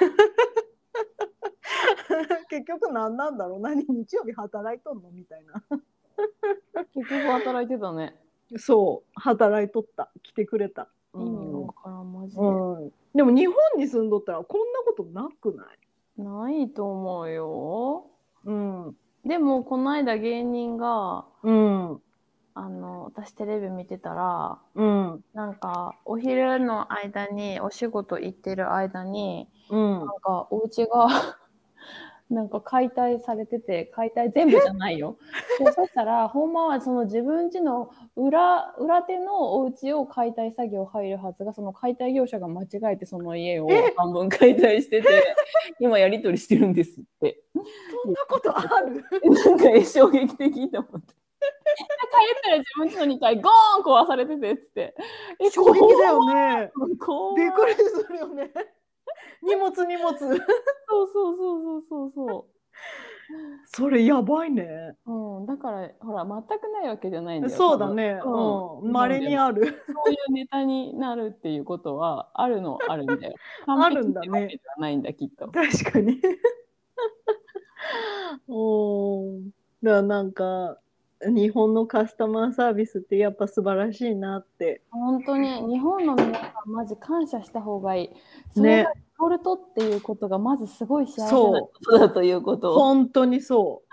結局何なんだろう、何日曜日働いとんのみたいな結局働いてたね。 そう働いとった、来てくれた。 意味がわからんマジで。 でも日本に住んどったらこんなことなくない？ ないと思うよ。でもこの間芸人が、私テレビ見てたら、なんかお昼の間にお仕事行ってる間に、なんかお家がなんか解体されてて、解体全部じゃないよ。そしたらほんまはその自分家の裏手のお家を解体作業入るはずが、その解体業者が間違えてその家を半分解体してて今やり取りしてるんですって。 そんなことある？ なんか衝撃的と思って。 ったら自分ちの2階ゴーン壊されててっつって。 衝撃だよね。びっ怖い。 くりするよね。荷物。 そうそうそうそうそう。 それやばいね。 だからほら全くないわけじゃないんだよ。 そうだね。稀にある。 そういうネタになるっていうことはあるんだよ。 あるんだね。 完璧ってわけではないんだきっと。 確かに。だからなんか日本のカスタマーサービスってやっぱ素晴らしいなって。 本当に日本の皆さんマジ感謝した方がいい。それがデフォルトっていうことがまずすごい幸せなことだということを。 本当にそう。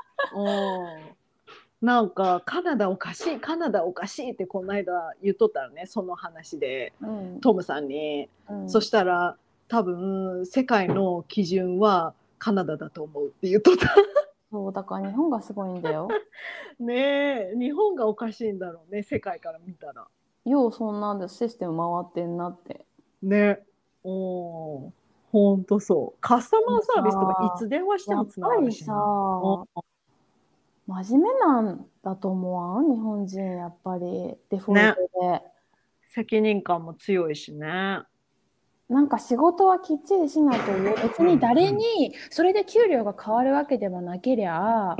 なんかカナダおかしいってこの間言っとったらね、その話で、トムさんに、そしたら多分世界の基準はカナダだと思うって言っとった。 そうだから日本がすごいんだよ。 ねえ、日本がおかしいんだろうね、世界から見たら。 ようそんなんでシステム回ってんなって。 ね。ほんとそう。カスタマーサービスとかいつ電話してもつながるしな。 真面目なんだと思わん日本人やっぱりデフォルトで、 責任感も強いしね。 なんか仕事はきっちりしないと別に誰にそれで給料が変わるわけでもなけりゃ、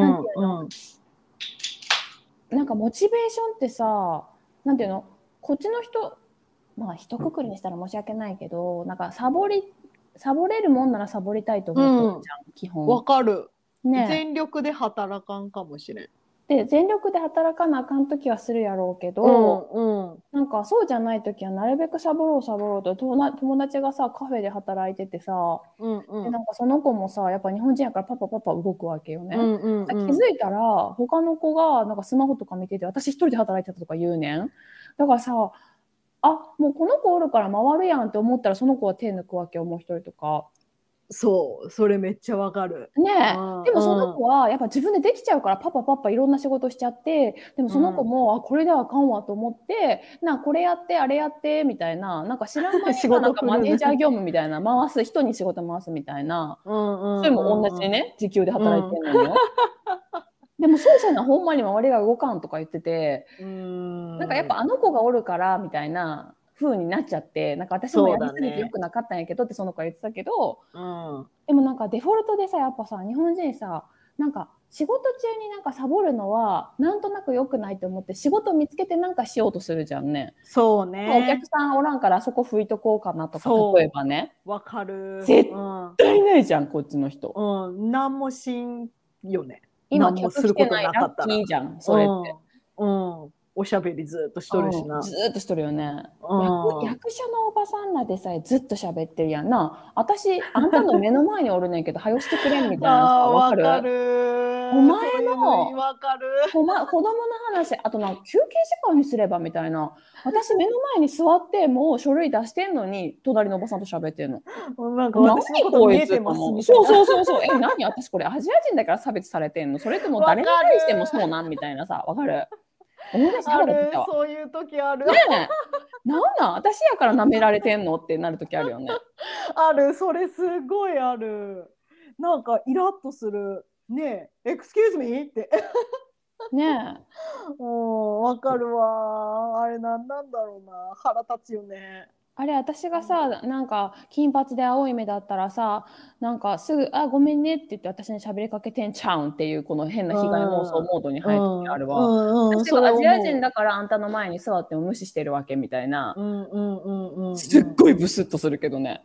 なんかモチベーションってさ、なんていうの、こっちの人、まあ一括りにしたら申し訳ないけど、なんかサボれるもんならサボりたいと思ってるじゃん、基本。 わかる。ね、全力で働かんかもしれん。 で全力で働かなあかん時はするやろうけど、なんかそうじゃない時はなるべくサボろうと友達がさカフェで働いててさ、でなんかその子もさやっぱ日本人やからパパ動くわけよね。気づいたら他の子がなんかスマホとか見てて私一人で働いてたとか言うねん。だからさもうこの子おるから回るやんって思ったらその子は手抜くわけよ、もう一人とか。 そう、それめっちゃわかる。 ねえ、でもその子はやっぱ自分でできちゃうからパパいろんな仕事しちゃって、でもその子も、これではあかんわと思ってこれやってあれやってみたいな、なんか知らん間になんかマネージャー業務みたいな回す人に仕事回すみたいな、それも同じね時給で働いてるのよ。でもそうじゃない、ほんまに周りが動かんとか言ってて、なんかやっぱあの子がおるからみたいな風になっちゃって、なんか私もやりすぎてよくなかったんやけどってその子は言ってたけど、でもなんかデフォルトでさやっぱさ日本人さなんか仕事中になんかサボるのはなんとなく良くないと思って仕事見つけてなんかしようとするじゃんね。 そうね。 お客さんおらんからそこ拭いとこうかなとか、例えばね。 わかる。 絶対ないじゃん、こっちの人。 何もしんよね。 今客来てないラッキーじゃん、それって。 おしゃべりずっとしとるしな。 ずっとしとるよね。役者のおばさんらでさえずっと喋ってるやんな。私あんたの目の前におるねんけどはよしてくれんみたいなさ、わかる？お前の子供の話、あと休憩時間にすればみたいな。私目の前に座ってもう書類出してんのに隣のおばさんと喋ってんの。 なんか私のこと見えてますみたいな。 そう。何私これアジア人だから差別されてんの？それとも誰に対してもそうなんみたいなさ、わかる？ そういう時ある。 ねえ、なん私やから舐められてんのってなる時あるよね。 ある、それすごいある。なんかイラッとする。ねえ、エクスキューズミーって。 ねえ。わかるわ。あれなんだろうな。腹立つよね。 あれ私がさなんか金髪で青い目だったらさなんかすぐ「ごめんね」って言って私に喋りかけてんちゃうんっていうこの変な被害妄想モードに入る時あるわ。私がアジア人だからあんたの前に座っても無視してるわけみたいな、すっごいブスッとするけどね。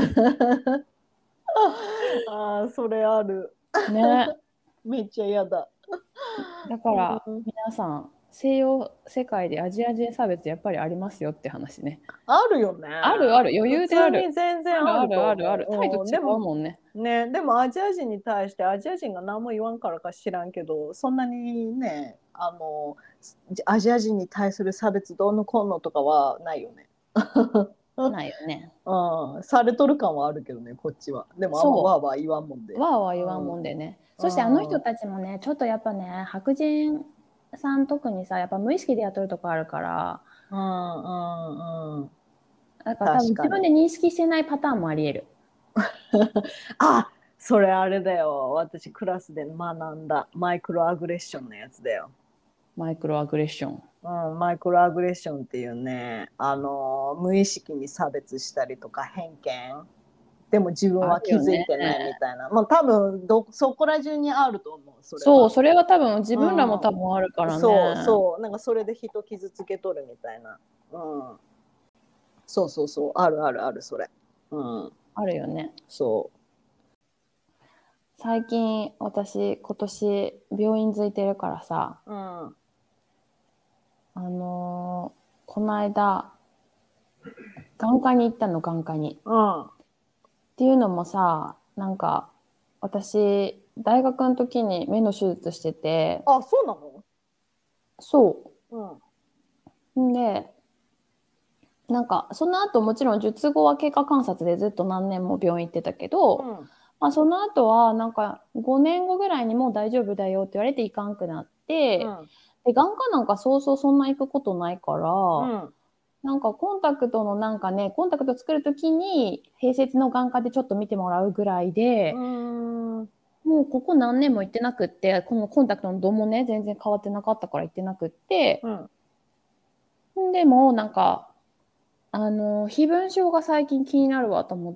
それあるね。 めっちゃ嫌だ。 だから皆さん西洋世界でアジア人差別やっぱりありますよって話ね。 あるよね。 ある余裕である。 全然ある。 態度違うもんね。 でもアジア人に対してアジア人が何も言わんからか知らんけど、そんなにねアジア人に対する差別どうのこうのとかはないよね。 ないよね。 されとる感はあるけどね、こっちは。でもあんまわーわー言わんもんで。 わーわー言わんもんでね。そしてあの人たちもねちょっとやっぱね白人さん特にさやっぱ無意識でやっとるとこあるから、だから多分自分で認識してないパターンもありえる。 それあれだよ、私クラスで学んだマイクロアグレッションのやつだよ。 マイクロアグレッション。 マイクロアグレッションっていうね、無意識に差別したりとか偏見でも自分は気づいてないみたいな、まあ多分そこら中にあると思う。 それは多分自分らも多分あるからね。 そうなんかそれで人傷つけとるみたいな、そうあるそれ、 あるよね。 そう。 最近私今年病院付いてるからさ、この間眼科に行ったの。眼科に、っていうのもさ、なんか私大学の時に目の手術してて。 あ、そうなの？ そう。でなんかその後もちろん術後は経過観察でずっと何年も病院行ってたけど、まあ、その後はなんか5年後ぐらいにもう大丈夫だよって言われて行かんくなって、で眼科なんかそうそんな行くことないから、なんかコンタクトのなんかね、コンタクト作るときに併設の眼科でちょっと見てもらうぐらいで、もうここ何年も行ってなくって、このコンタクトの度もね全然変わってなかったから行ってなくって、でもなんか飛蚊症が最近気になるわと思って。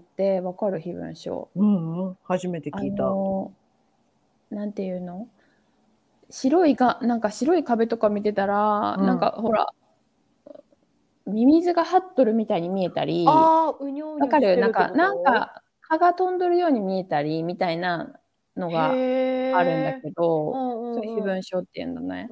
わかる？飛蚊症。 初めて聞いた。 なんていうの？なんか白い壁とか見てたら、なんかほらミミズが張っとるみたいに見えたり、わかる？なんか蚊が飛んでるように見えたりみたいなのがあるんだけど、それ飛蚊症っていうんだね。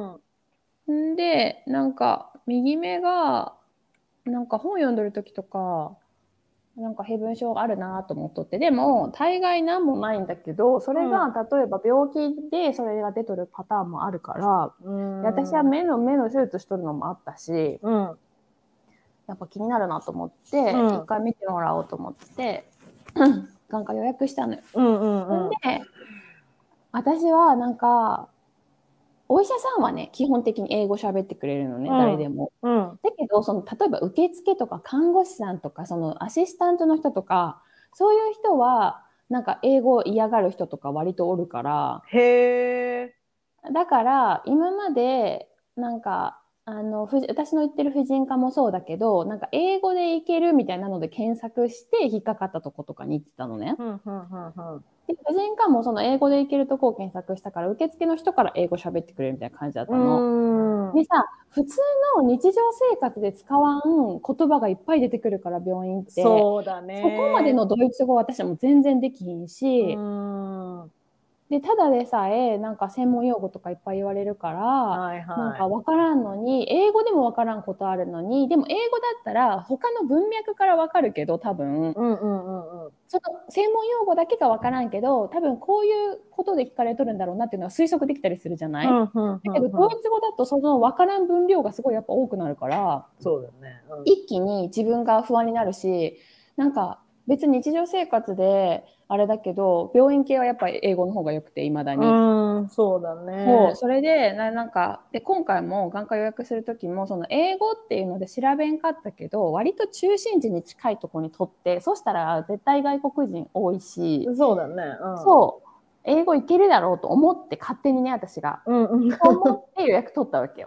でなんか右目がなんか本読んでる時とかなんか飛蚊症があるなと思っとって、でも大概なんもないんだけど、それが例えば病気でそれが出とるパターンもあるから、私は目の手術しとるのもあったし、やっぱ気になるなと思って、一回見てもらおうと思って眼科予約したのよ。で私はなんかお医者さんはね基本的に英語喋ってくれるのね、誰でも。だけど例えば受付とか看護師さんとかそのアシスタントの人とかそういう人はなんか英語を嫌がる人とか割とおるから、だから今までなんか私の言ってる婦人科もそうだけど、なんか英語でいけるみたいなので検索して引っかかったとことかに行ってたのね。で婦人科もその英語でいけるとこを検索したから受付の人から英語喋ってくれるみたいな感じだったの。でさ、普通の日常生活で使わん言葉がいっぱい出てくるから病院って、 そうだね、 そこまでのドイツ語私はもう全然できひんし、でただでさえなんか専門用語とかいっぱい言われるから、なんか分からんのに、英語でも分からんことあるのに、でも英語だったら他の文脈から分かるけど多分、その専門用語だけが分からんけど多分こういうことで聞かれとるんだろうなっていうのは推測できたりするじゃない。だけどドイツ語だとその分からん分量がすごいやっぱ多くなるから、 そうだね、 一気に自分が不安になるし、なんか別に日常生活であれだけど病院系はやっぱり英語の方がよくて、いまだに。 そうだね。 それでなんかで今回も眼科予約する時もその英語っていうので調べんかったけど、割と中心地に近いところにとって、そしたら絶対外国人多いし、 そうだね、 そう英語いけるだろうと思って勝手にね、私が、思って予約取ったわけよ。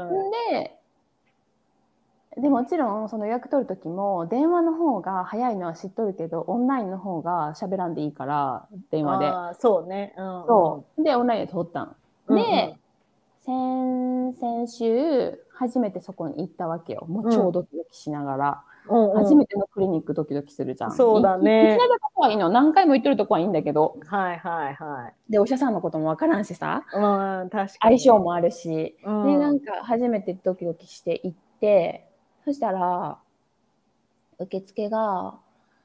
でもちろんその予約取る時も電話の方が早いのは知っとるけど、オンラインの方が喋らんでいいから電話で。 そうね、 そうでオンラインで取ったんで、先週初めてそこに行ったわけよ。もう超ドキドキしながら、初めてのクリニックドキドキするじゃん。 そうだね。 行きながらとこはいいの、何回も行ってるとこはいいんだけど、でお医者さんのことも分からんしさ、相性もあるし、でなんか初めてドキドキして行って、そしたら受付が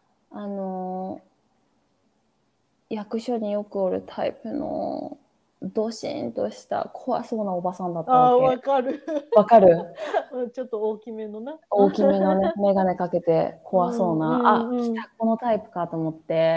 役所によくおるタイプのドシンとした怖そうなおばさんだったわけ。 わかる。 わかる？ ちょっと大きめのな。 大きめのね、眼鏡かけて怖そうな、来たこのタイプかと思って、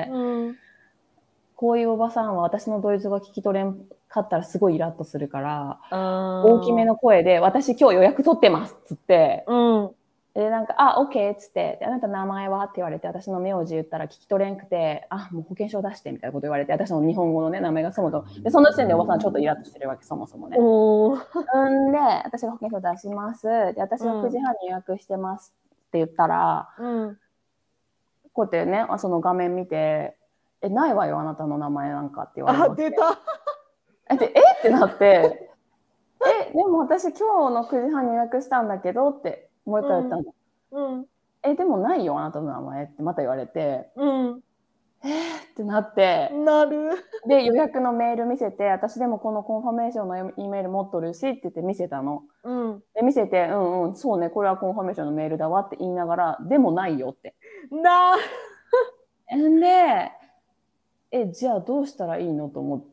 こういうおばさんは私のドイツ語が聞き取れんかったらすごいイラッとするから、大きめの声で私今日予約取ってますっつって、 で、なんか、あ、OK っつって、あなた名前はって言われて、私の名字言ったら聞き取れんくて、あ、もう保険証出してみたいなこと言われて、私の日本語のね、名前がそもそも。で、その時点でおばさんちょっとイラッとしてるわけ、そもそもね。んで、私が保険証出します。で、私は9時半に予約してますって言ったら、こうやってね、その画面見て、ないわよ、あなたの名前なんかって言われて。 あ、出た。 ってなって、でも私今日の9時半に予約したんだけどって、もう一回言ったの。でもないよ、あなたの名前ってまた言われて、ってなって、で、予約のメール見せて、私でもこのコンファメーションの E メール持っとるしって言って見せたの。で、見せて、そうね、これはコンファメーションのメールだわって言いながら、でもないよって。で、じゃあどうしたらいいのと思って、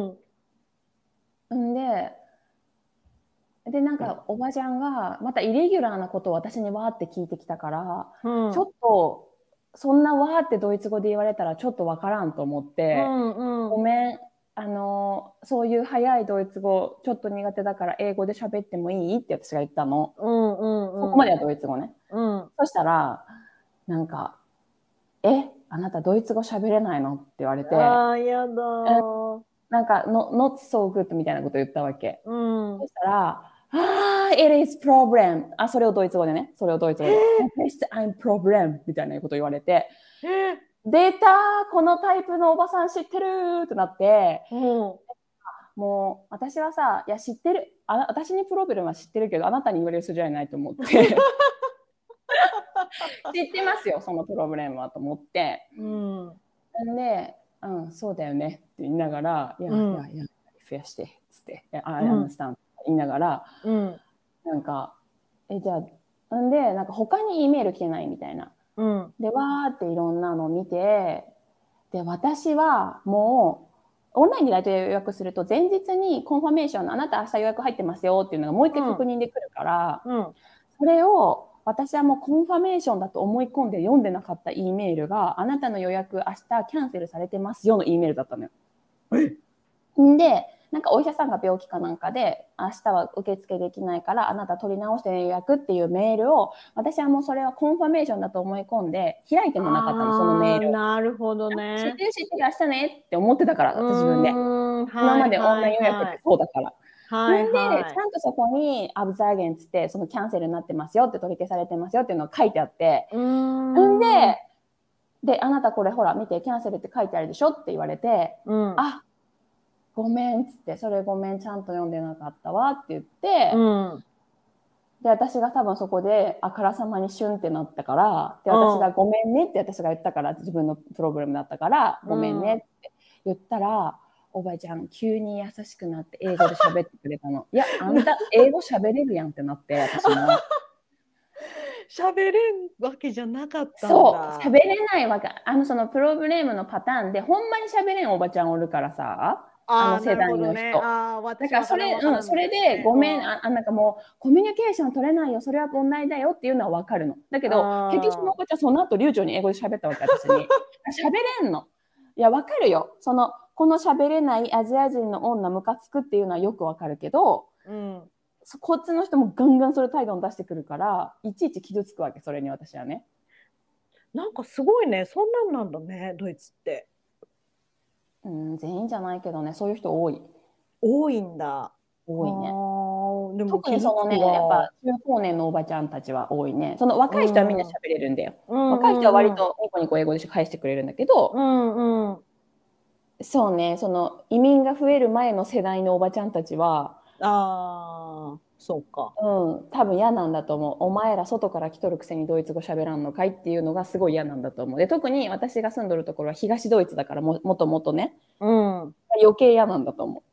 で、なんかおばちゃんがまたイレギュラーなことを私にわーって聞いてきたから、ちょっとそんなわーってドイツ語で言われたらちょっとわからんと思って、ごめん、そういう早いドイツ語ちょっと苦手だから英語で喋ってもいいって私が言ったの。そこまではドイツ語ね。そしたらなんかあなたドイツ語喋れないのって言われて、 やだ。 なんかnot so good みたいなこと言ったわけ。そしたらit is problem. それをドイツ語でね。それをドイツ語で。I'm problem みたいなこと言われて。出たこのタイプのおばさん知ってるってなって。もう私はさ、いや知ってる。私にプロブレムは知ってるけど、あなたに言われる人じゃないと思って。知ってますよ、そのプロブレムはと思って。で、そうだよねって言いながら、いや、増やして、つって、I understand 言いながら、なんか、じゃあ、なんか他に E メール来てないみたいな。で、わーっていろんなのを見て、で、私はもう、オンラインで大体予約すると、前日にコンファメーション、あなた明日予約入ってますよっていうのがもう一回確認できるから、それを、私はもうコンファメーションだと思い込んで読んでなかった E メールが、あなたの予約明日キャンセルされてますよの E メールだったのよ。で、なんかお医者さんが病気かなんかで、明日は受付できないから、あなた取り直して予約っていうメールを、私はもうそれはコンファメーションだと思い込んで、開いてもなかったの、そのメールを。 なるほどね。 知ってる明日ねって思ってたから、自分で。今までオンライン予約ってそうだから。なんで、ちゃんとそこにアブザーゲンつって、そのキャンセルになってますよって、取り消されてますよっていうのが書いてあって、で、あなたこれほら見て、キャンセルって書いてあるでしょって言われて、ごめんっつって、それごめん、ちゃんと読んでなかったわって言って、で、私が多分そこで、あからさまにシュンってなったから、で、私がごめんねって私が言ったから、自分のプログラムだったから、ごめんねって言ったら、おばちゃん急に優しくなって英語で喋ってくれたの。いや、あんた英語喋れるやんってなって、私も。 喋れんわけじゃなかったんだ。 そう、喋れないわけ。そのプログラムのパターンで、ほんまに喋れんおばちゃんおるからさ、世代の人。だからそれで、ごめん、なんかもう、コミュニケーション取れないよ、それは問題だよっていうのはわかるの。だけど、結局そのおばちゃん、その後、流暢に英語で喋ったわけ、私に。喋れんの。いや、わかるよ。この喋れないアジア人の女ムカつくっていうのはよくわかるけど、こっちの人もガンガンそれ態度に出してくるから、いちいち傷つくわけ、それに私はね。 なんかすごいね、そんなんなんだね、ドイツって。 全員じゃないけどね、そういう人多い。 多いんだ。 多いね。特にそのね、やっぱ中高年のおばちゃんたちは多いね。その若い人はみんな喋れるんだよ。若い人は割とニコニコ英語で返してくれるんだけど、そうね、その移民が増える前の世代のおばちゃんたちは、 そうか。 多分嫌なんだと思う。お前ら外から来とるくせにドイツ語喋らんのかいっていうのがすごい嫌なんだと思う。で、特に私が住んどるところは東ドイツだからもともとね、余計嫌なんだと思う。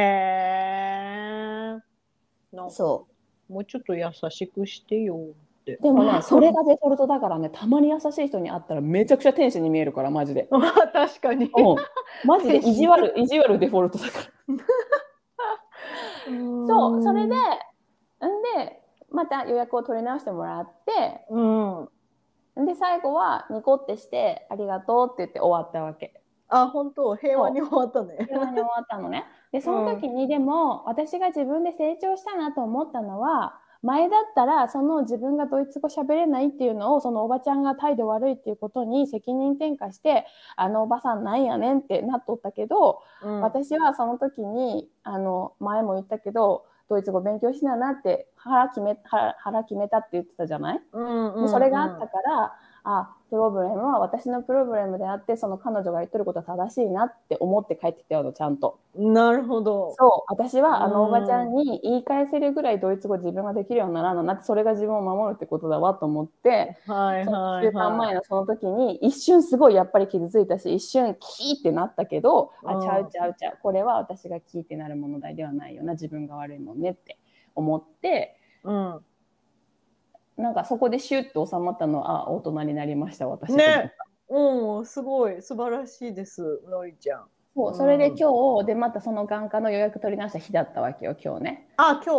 そう。もうちょっと優しくしてよって。 でもね、それがデフォルトだからね、たまに優しい人に会ったらめちゃくちゃ天使に見えるから、マジで。 確かに。 マジで意地悪デフォルトだから。そう、それで、また予約を取り直してもらって、で、最後はニコってして、ありがとうって言って終わったわけ。 本当、平和に終わったね。 平和に終わったのね。で、その時にでも、私が自分で成長したなと思ったのは、 前だったらその自分がドイツ語喋れないっていうのをそのおばちゃんが態度悪いっていうことに責任転嫁してあのおばさんなんやねんってなっとったけど、私はその時に前も言ったけどドイツ語勉強しななって腹決めたって言ってたじゃない、それがあったからプロブレムは私のプロブレムであってその彼女が言ってることは正しいなって思って帰ってきたよちゃんと。 なるほど。 そう私はあのおばちゃんに言い返せるぐらいドイツ語自分ができるようにならんのなってそれが自分を守るってことだわと思って、その1週間前のその時に一瞬すごいやっぱり傷ついたし一瞬キーってなったけどちゃうこれは私がキーってなる問題ではないよな自分が悪いもんねって思って、なんかそこでシュッと収まったのは大人になりました私ね。すごい素晴らしいですのりちゃん。 それで今日でまたその眼科の予約取り直した日だったわけよ今日ね。 今日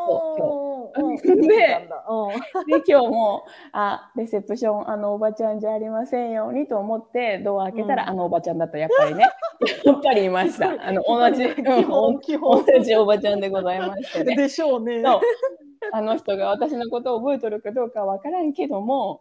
で今日もレセプションおばちゃんじゃありませんようにと思ってドア開けたら、おばちゃんだったやっぱりねやっぱりいました同じおばちゃんでございましてね。 でしょうね。 あの人が私のことを覚えとるかどうかわからんけども、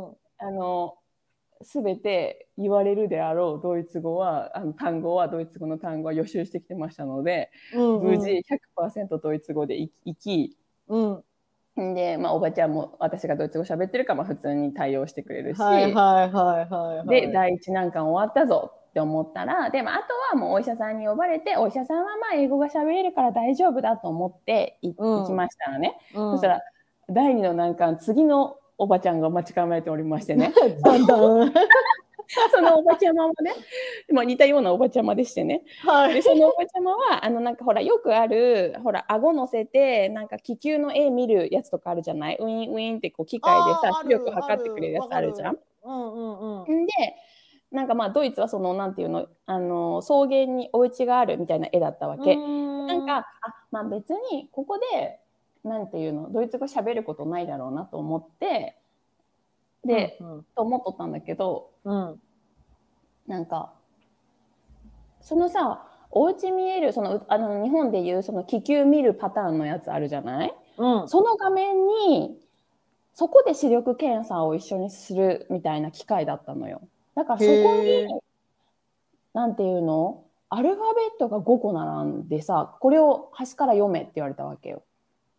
全て言われるであろうドイツ語はドイツ語の単語は予習してきてましたので、無事 100% ドイツ語で生き、で、おばちゃんも私がドイツ語喋ってるか普通に対応してくれるし、で第一難関終わったぞって思ったらでもあとはもうお医者さんに呼ばれてお医者さんは英語が喋れるから大丈夫だと思って行きましたらね、そしたら第二の難関次のおばちゃんが待ち構えておりましてねそのおばちゃまもね、似たようなおばちゃまでしてね、でそのおばちゃまはなんかほらよくある顎乗せてなんか気球の絵見るやつとかあるじゃない、ウィンウィンって機械でさ視力測ってくれるやつあるじゃん。でなんかドイツはそのなんていうの草原にお家があるみたいな絵だったわけ。なんか別にここでなんていうのドイツ語喋ることないだろうなと思ってで、と思っとったんだけど、なんかそのさお家見えるその日本でいうその気球見るパターンのやつあるじゃない、その画面にそこで視力検査を一緒にするみたいな機械だったのよ。だからそこになんていうのアルファベットが5個並んでさこれを端から読めって言われたわけよ。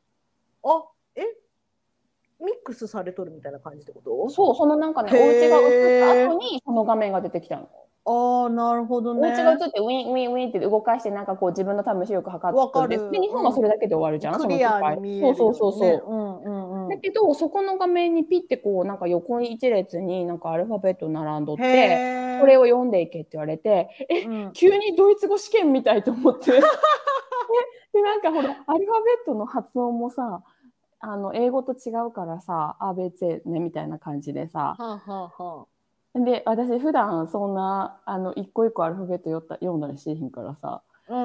ミックスされとるみたいな感じってこと？ そうそのなんかねお家が映った後にその画面が出てきたの。 なるほどね。 お家が映ってウィンウィンウィンって動かしてなんかこう自分の多分視力測ってで日本はそれだけで終わるじゃん、 クリアに見えるよね。 そうだけどそこの画面にピッてこうなんか横に一列になんかアルファベット並んどってこれを読んでいけって言われて急にドイツ語試験みたいと思ってでなんかほらアルファベットの発音もさ英語と違うからさ ABC ねみたいな感じでさ、で私普段そんな一個一個アルファベット読んだりしてへんからさ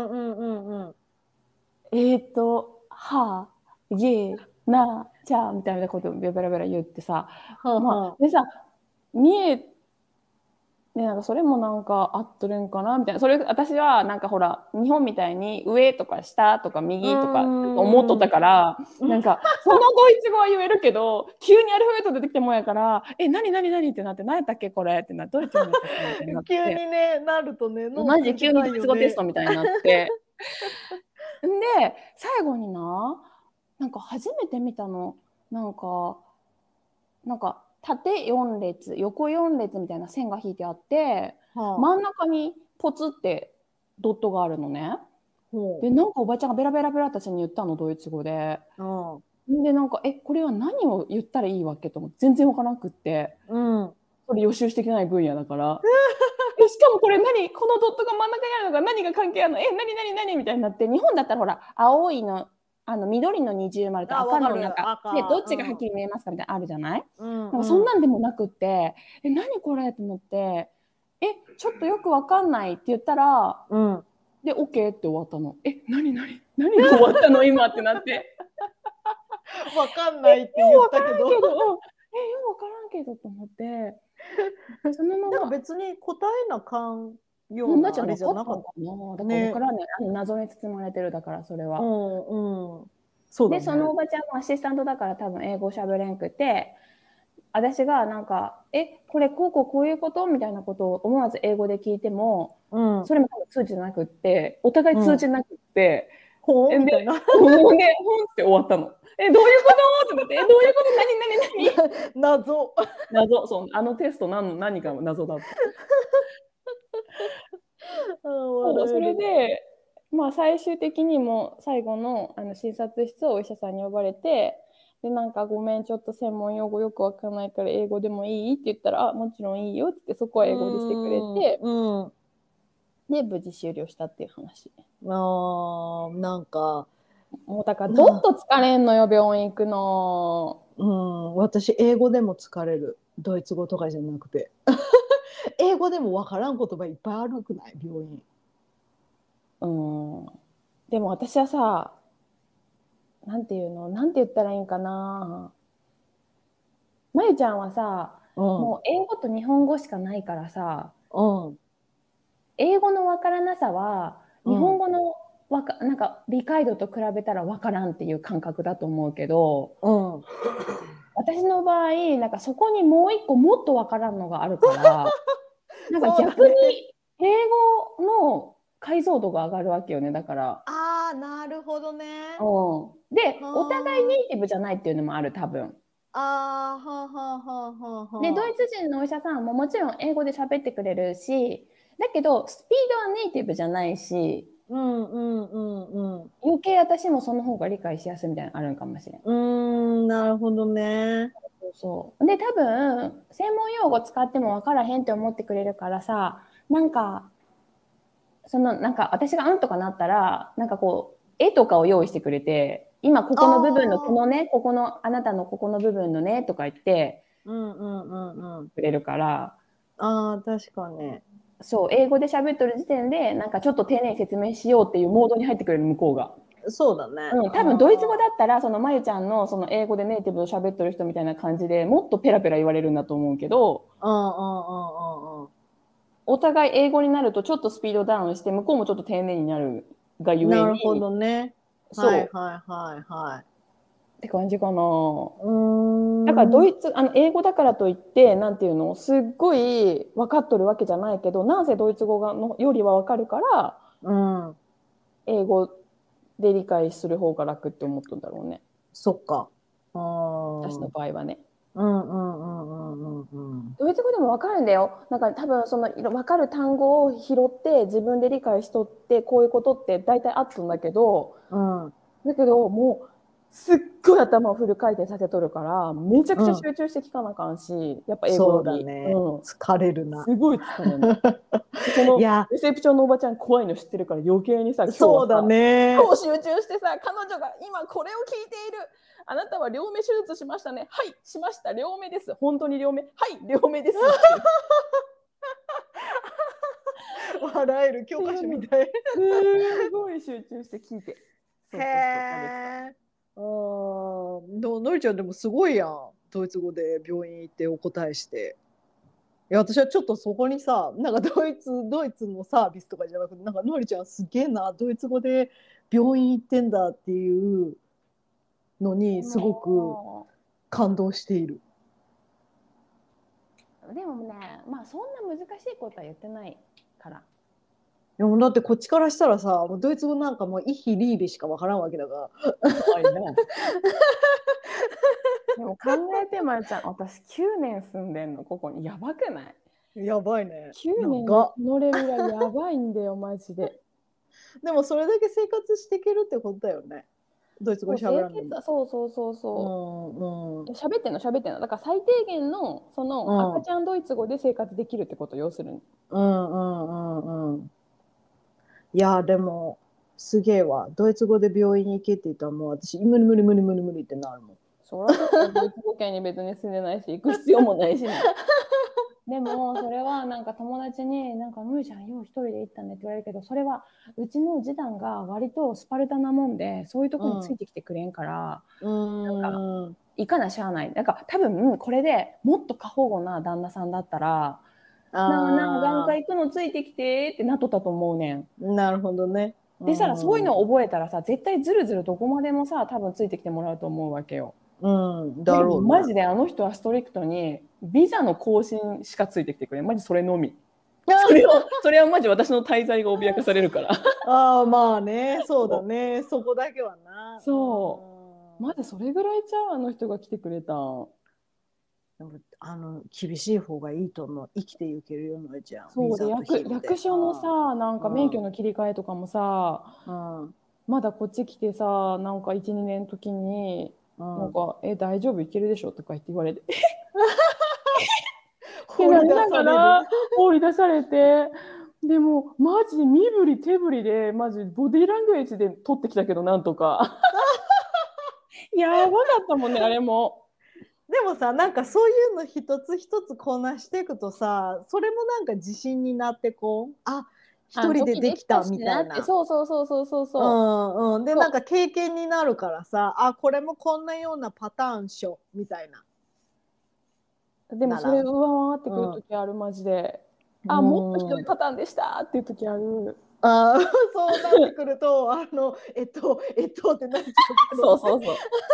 はげなちゃみたいなことベラベラ言ってさでさなんかそれもなんか合っとるんかなみたいなそれ私はなんかほら日本みたいに上とか下とか右とか思っとったからなんかそのドイツ語は言えるけど急にアルファベット出てきてもんやから何ってなって何やったっけこれってなってどうやって読むんだっけみたいになって急にねなるとねマジ急にドイツ語テストみたいになってで最後になんか初めて見たのなんか縦4列横4列みたいな線が引いてあって、真ん中にポツってドットがあるのね、でなんかおばちゃんがベラベラ私に言ったのドイツ語で、でなんかこれは何を言ったらいいわけと思って全然わからなくって、それ予習してきない分野だからしかもこれこのドットが真ん中にあるのが何が関係あるの何みたいになって日本だったらほら青いの緑の二重丸と赤のなんかどっちがはっきり見えますかみたいなのあるじゃない、なんかそんなんでもなくって何これと思ってちょっとよくわかんないって言ったら、で OK って終わったの。何が終わったの今ってなってわかんないって言ったけどよくわからんけどと思ってそのまま別に答えなかんようなあれじゃなかっただから分からんね謎に包まれてるだからそれは。 そうだね。 でそのおばちゃんもアシスタントだから多分英語喋れんくて、私がなんかこれこういうことみたいなことを思わず英語で聞いても、それも多分通じなくって、お互い通じなくって、 ほうみたいな。 でほんって終わったの。どういうことってどういうこと何謎そうあのテスト何か謎だった。そうそれでまあ最終的にも最後の診察室をお医者さんに呼ばれて、でなんかごめんちょっと専門用語よくわかんないから英語でもいいって言ったら、もちろんいいよってそこは英語でしてくれて、で無事終了したっていう話。 なんかもうだからどっと疲れんのよ病院行くの。 私英語でも疲れる、ドイツ語とかじゃなくて英語でもわからん言葉いっぱいあるくない病院。 でも私はさ、なんて言ったらいいんかな。まゆちゃんはさ、もう英語と日本語しかないからさ、英語のわからなさは日本語のなんか理解度と比べたらわからんっていう感覚だと思うけど、私の場合なんかそこにもう一個もっとわからんのがあるからなんか逆に英語の解像度が上がるわけよね。だからなるほどね。 でお互いネイティブじゃないっていうのもある多分。でドイツ人のお医者さんももちろん英語で喋ってくれるし、だけどスピードはネイティブじゃないし、余計私もその方が理解しやすいみたいなのあるんかもしれん。 なるほどね。 そうで多分専門用語使っても分からへんって思ってくれるからさ、なんかなんか私がとかなったらなんかこう絵とかを用意してくれて、今ここの部分のこのね、ここのあなたのここの部分のねとか言ってくれるから。 確かにそう英語で喋ってる時点でなんかちょっと丁寧に説明しようっていうモードに入ってくれる向こうが。 そうだね。 多分ドイツ語だったらそのまゆちゃんのその英語でネイティブを喋ってる人みたいな感じでもっとペラペラ言われるんだと思うけど、お互い英語になるとちょっとスピードダウンして向こうもちょっと丁寧になるがゆえに。 なるほどね。そうって感じかな。だから英語だからといってなんていうのすっごい分かっとるわけじゃないけど、なんせドイツ語のよりは分かるから、英語で理解する方が楽って思ったんだろうね。 そっか。 私の場合はね。ドイツ語でも分かるんだよ。なんか多分その分かる単語を拾って自分で理解しとってこういうことって大体あったんだけど、だけどもうすっごい頭をフル回転させとるからめちゃくちゃ集中して聞かなあかんし、やっぱ英語より。 そうだね、疲れるな。 すごい疲れる。そのレセプションのおばちゃん怖いの知ってるから余計にさ、今日はさそうだね、 今日集中してさ、彼女が今これを聞いている。あなたは両目手術しましたね。はい、しました。両目です。本当に両目。はい、両目です。 笑える教科書みたい。 すごい集中して聞いて。 のりちゃんでもすごいやん。ドイツ語で病院行ってお答えして。いや私はちょっとそこにさ、なんかドイツのサービスとかじゃなくて、なんかのりちゃんすげえな、ドイツ語で病院行ってんだっていうのにすごく感動している。 でもね、まあそんな難しいことは言ってないから。 でもだってこっちからしたらさ、もうドイツ語なんかもうイヒリーベしかわからんわけだから。 でも考えてまゆちゃん、私9年住んでんのここに。やばくない？ やばいね。 9年のこレベルはやばいんだよマジで。 でもそれだけ生活していけるってことだよね。ドイツ語喋らんでも。 そう。喋ってんの。だから最低限のその赤ちゃんドイツ語で生活できるってことを要するに。 いやでもすげえわ。ドイツ語で病院に行けって言ったらもう私無理ってなるもん。 そらそうドイツ語圏に別に住んでないし行く必要もないしね。でもそれはなんか友達になんかむーちゃんよう一人で行ったねって言われるけど、それはうちの次男が割とスパルタなもんでそういうとこについてきてくれんから、なんか行かなしゃあない。なんか多分これでもっと過保護な旦那さんだったらなんか眼科行くのついてきてってなっとったと思うねん。 なるほどね。 でさ、そういうのを覚えたらさ、絶対ずるずるどこまでもさ、多分ついてきてもらうと思うわけよ。 だろうね。 マジであの人はストリクトにビザの更新しかついてきてくれ。マジそれのみ。それはマジ私の滞在が脅かされるから。 ああ、まあね、そうだね。そこだけはな。 そう。マジそれぐらいちゃう、あの人が来てくれた。 厳しい方がいいと思う。生きていけるようなじゃん。 そうで、役所のさ、なんか免許の切り替えとかもさ、まだこっち来てさ、なんか1、2年の時に、なんか、大丈夫いけるでしょとか言って言われて。放り出されて、でも、マジ身振り手振りで、マジボディーラングエージで取ってきたけど、なんとか。やばかったもんね、あれも。 でもさ、なんかそういうの一つ一つこなしていくとさ、それもなんか自信になって一人でできたみたいな。 そう。 で、なんか経験になるからさ、これもこんなようなパターンしょみたいな。 でもそれ上回ってくる時ある、マジで。もっとひどいパターンでしたっていう時ある。 そうなってくると、ってなっちゃうけど。 そう。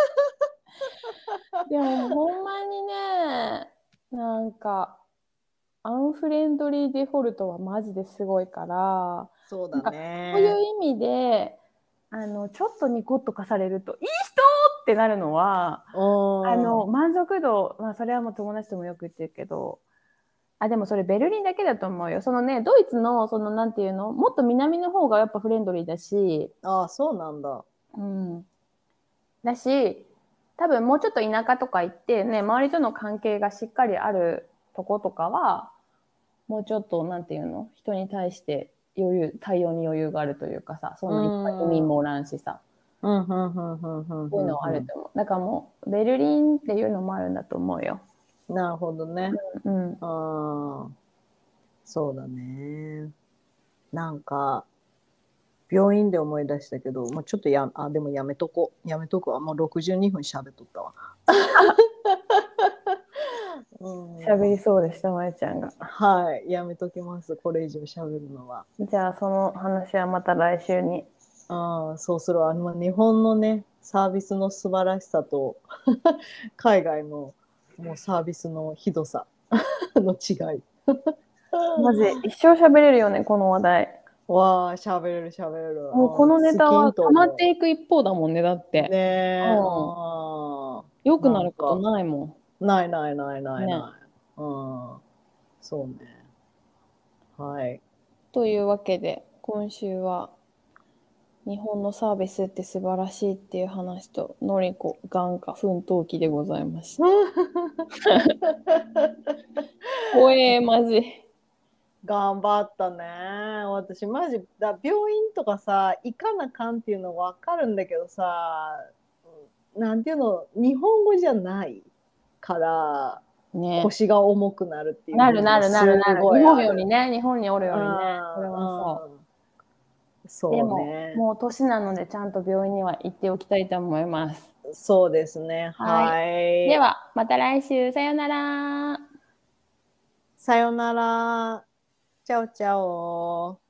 でもほんまにね、なんかアンフレンドリーデフォルトはマジですごいから、 そうだね。 そういう意味でちょっとニコッとかされるといい人ってなるのは満足度、それはもう友達ともよく言ってるけど、でもそれベルリンだけだと思うよ。そのね、ドイツのそのなんていうの、もっと南の方がやっぱフレンドリーだし、 そうなんだ。 だし、多分もうちょっと田舎とか行ってね、周りとの関係がしっかりあるとことかは、もうちょっとなんていうの、人に対して対応に余裕があるというかさ、そんないっぱい移民もおらんしさ、そういうのはあると思う。だからもうベルリンっていうのもあるんだと思うよ。 なるほどね。そうだね。なんか病院で思い出したけど、ちょっとでもやめとくわ。もう62分喋っとったわ。 喋りそうでした、まえちゃんが。 はい、やめときます。これ以上喋るのは。 じゃあその話はまた来週に。 そうする。日本のね、サービスの素晴らしさと海外のもうサービスのひどさの違い。 マジ一生喋れるよね、この話題。 喋れる。 もうこのネタは溜まっていく一方だもんね、だって。 ね。 よくなることないもん。ない。そうね。はい。 というわけで、今週は日本のサービスって素晴らしいっていう話と、のりこ眼科奮闘記でございました。怖え、マジ。 頑張ったね。私マジ病院とかさ、行かなかんっていうの分かるんだけどさ、なんていうの、日本語じゃないから、腰が重くなるっていう。 なる。日本よりね、日本におるよりね。それはそう。でも、もう年なのでちゃんと病院には行っておきたいと思います。 そうですね。はい。 では、また来週。さよなら。 さよなら。チャオチャオ。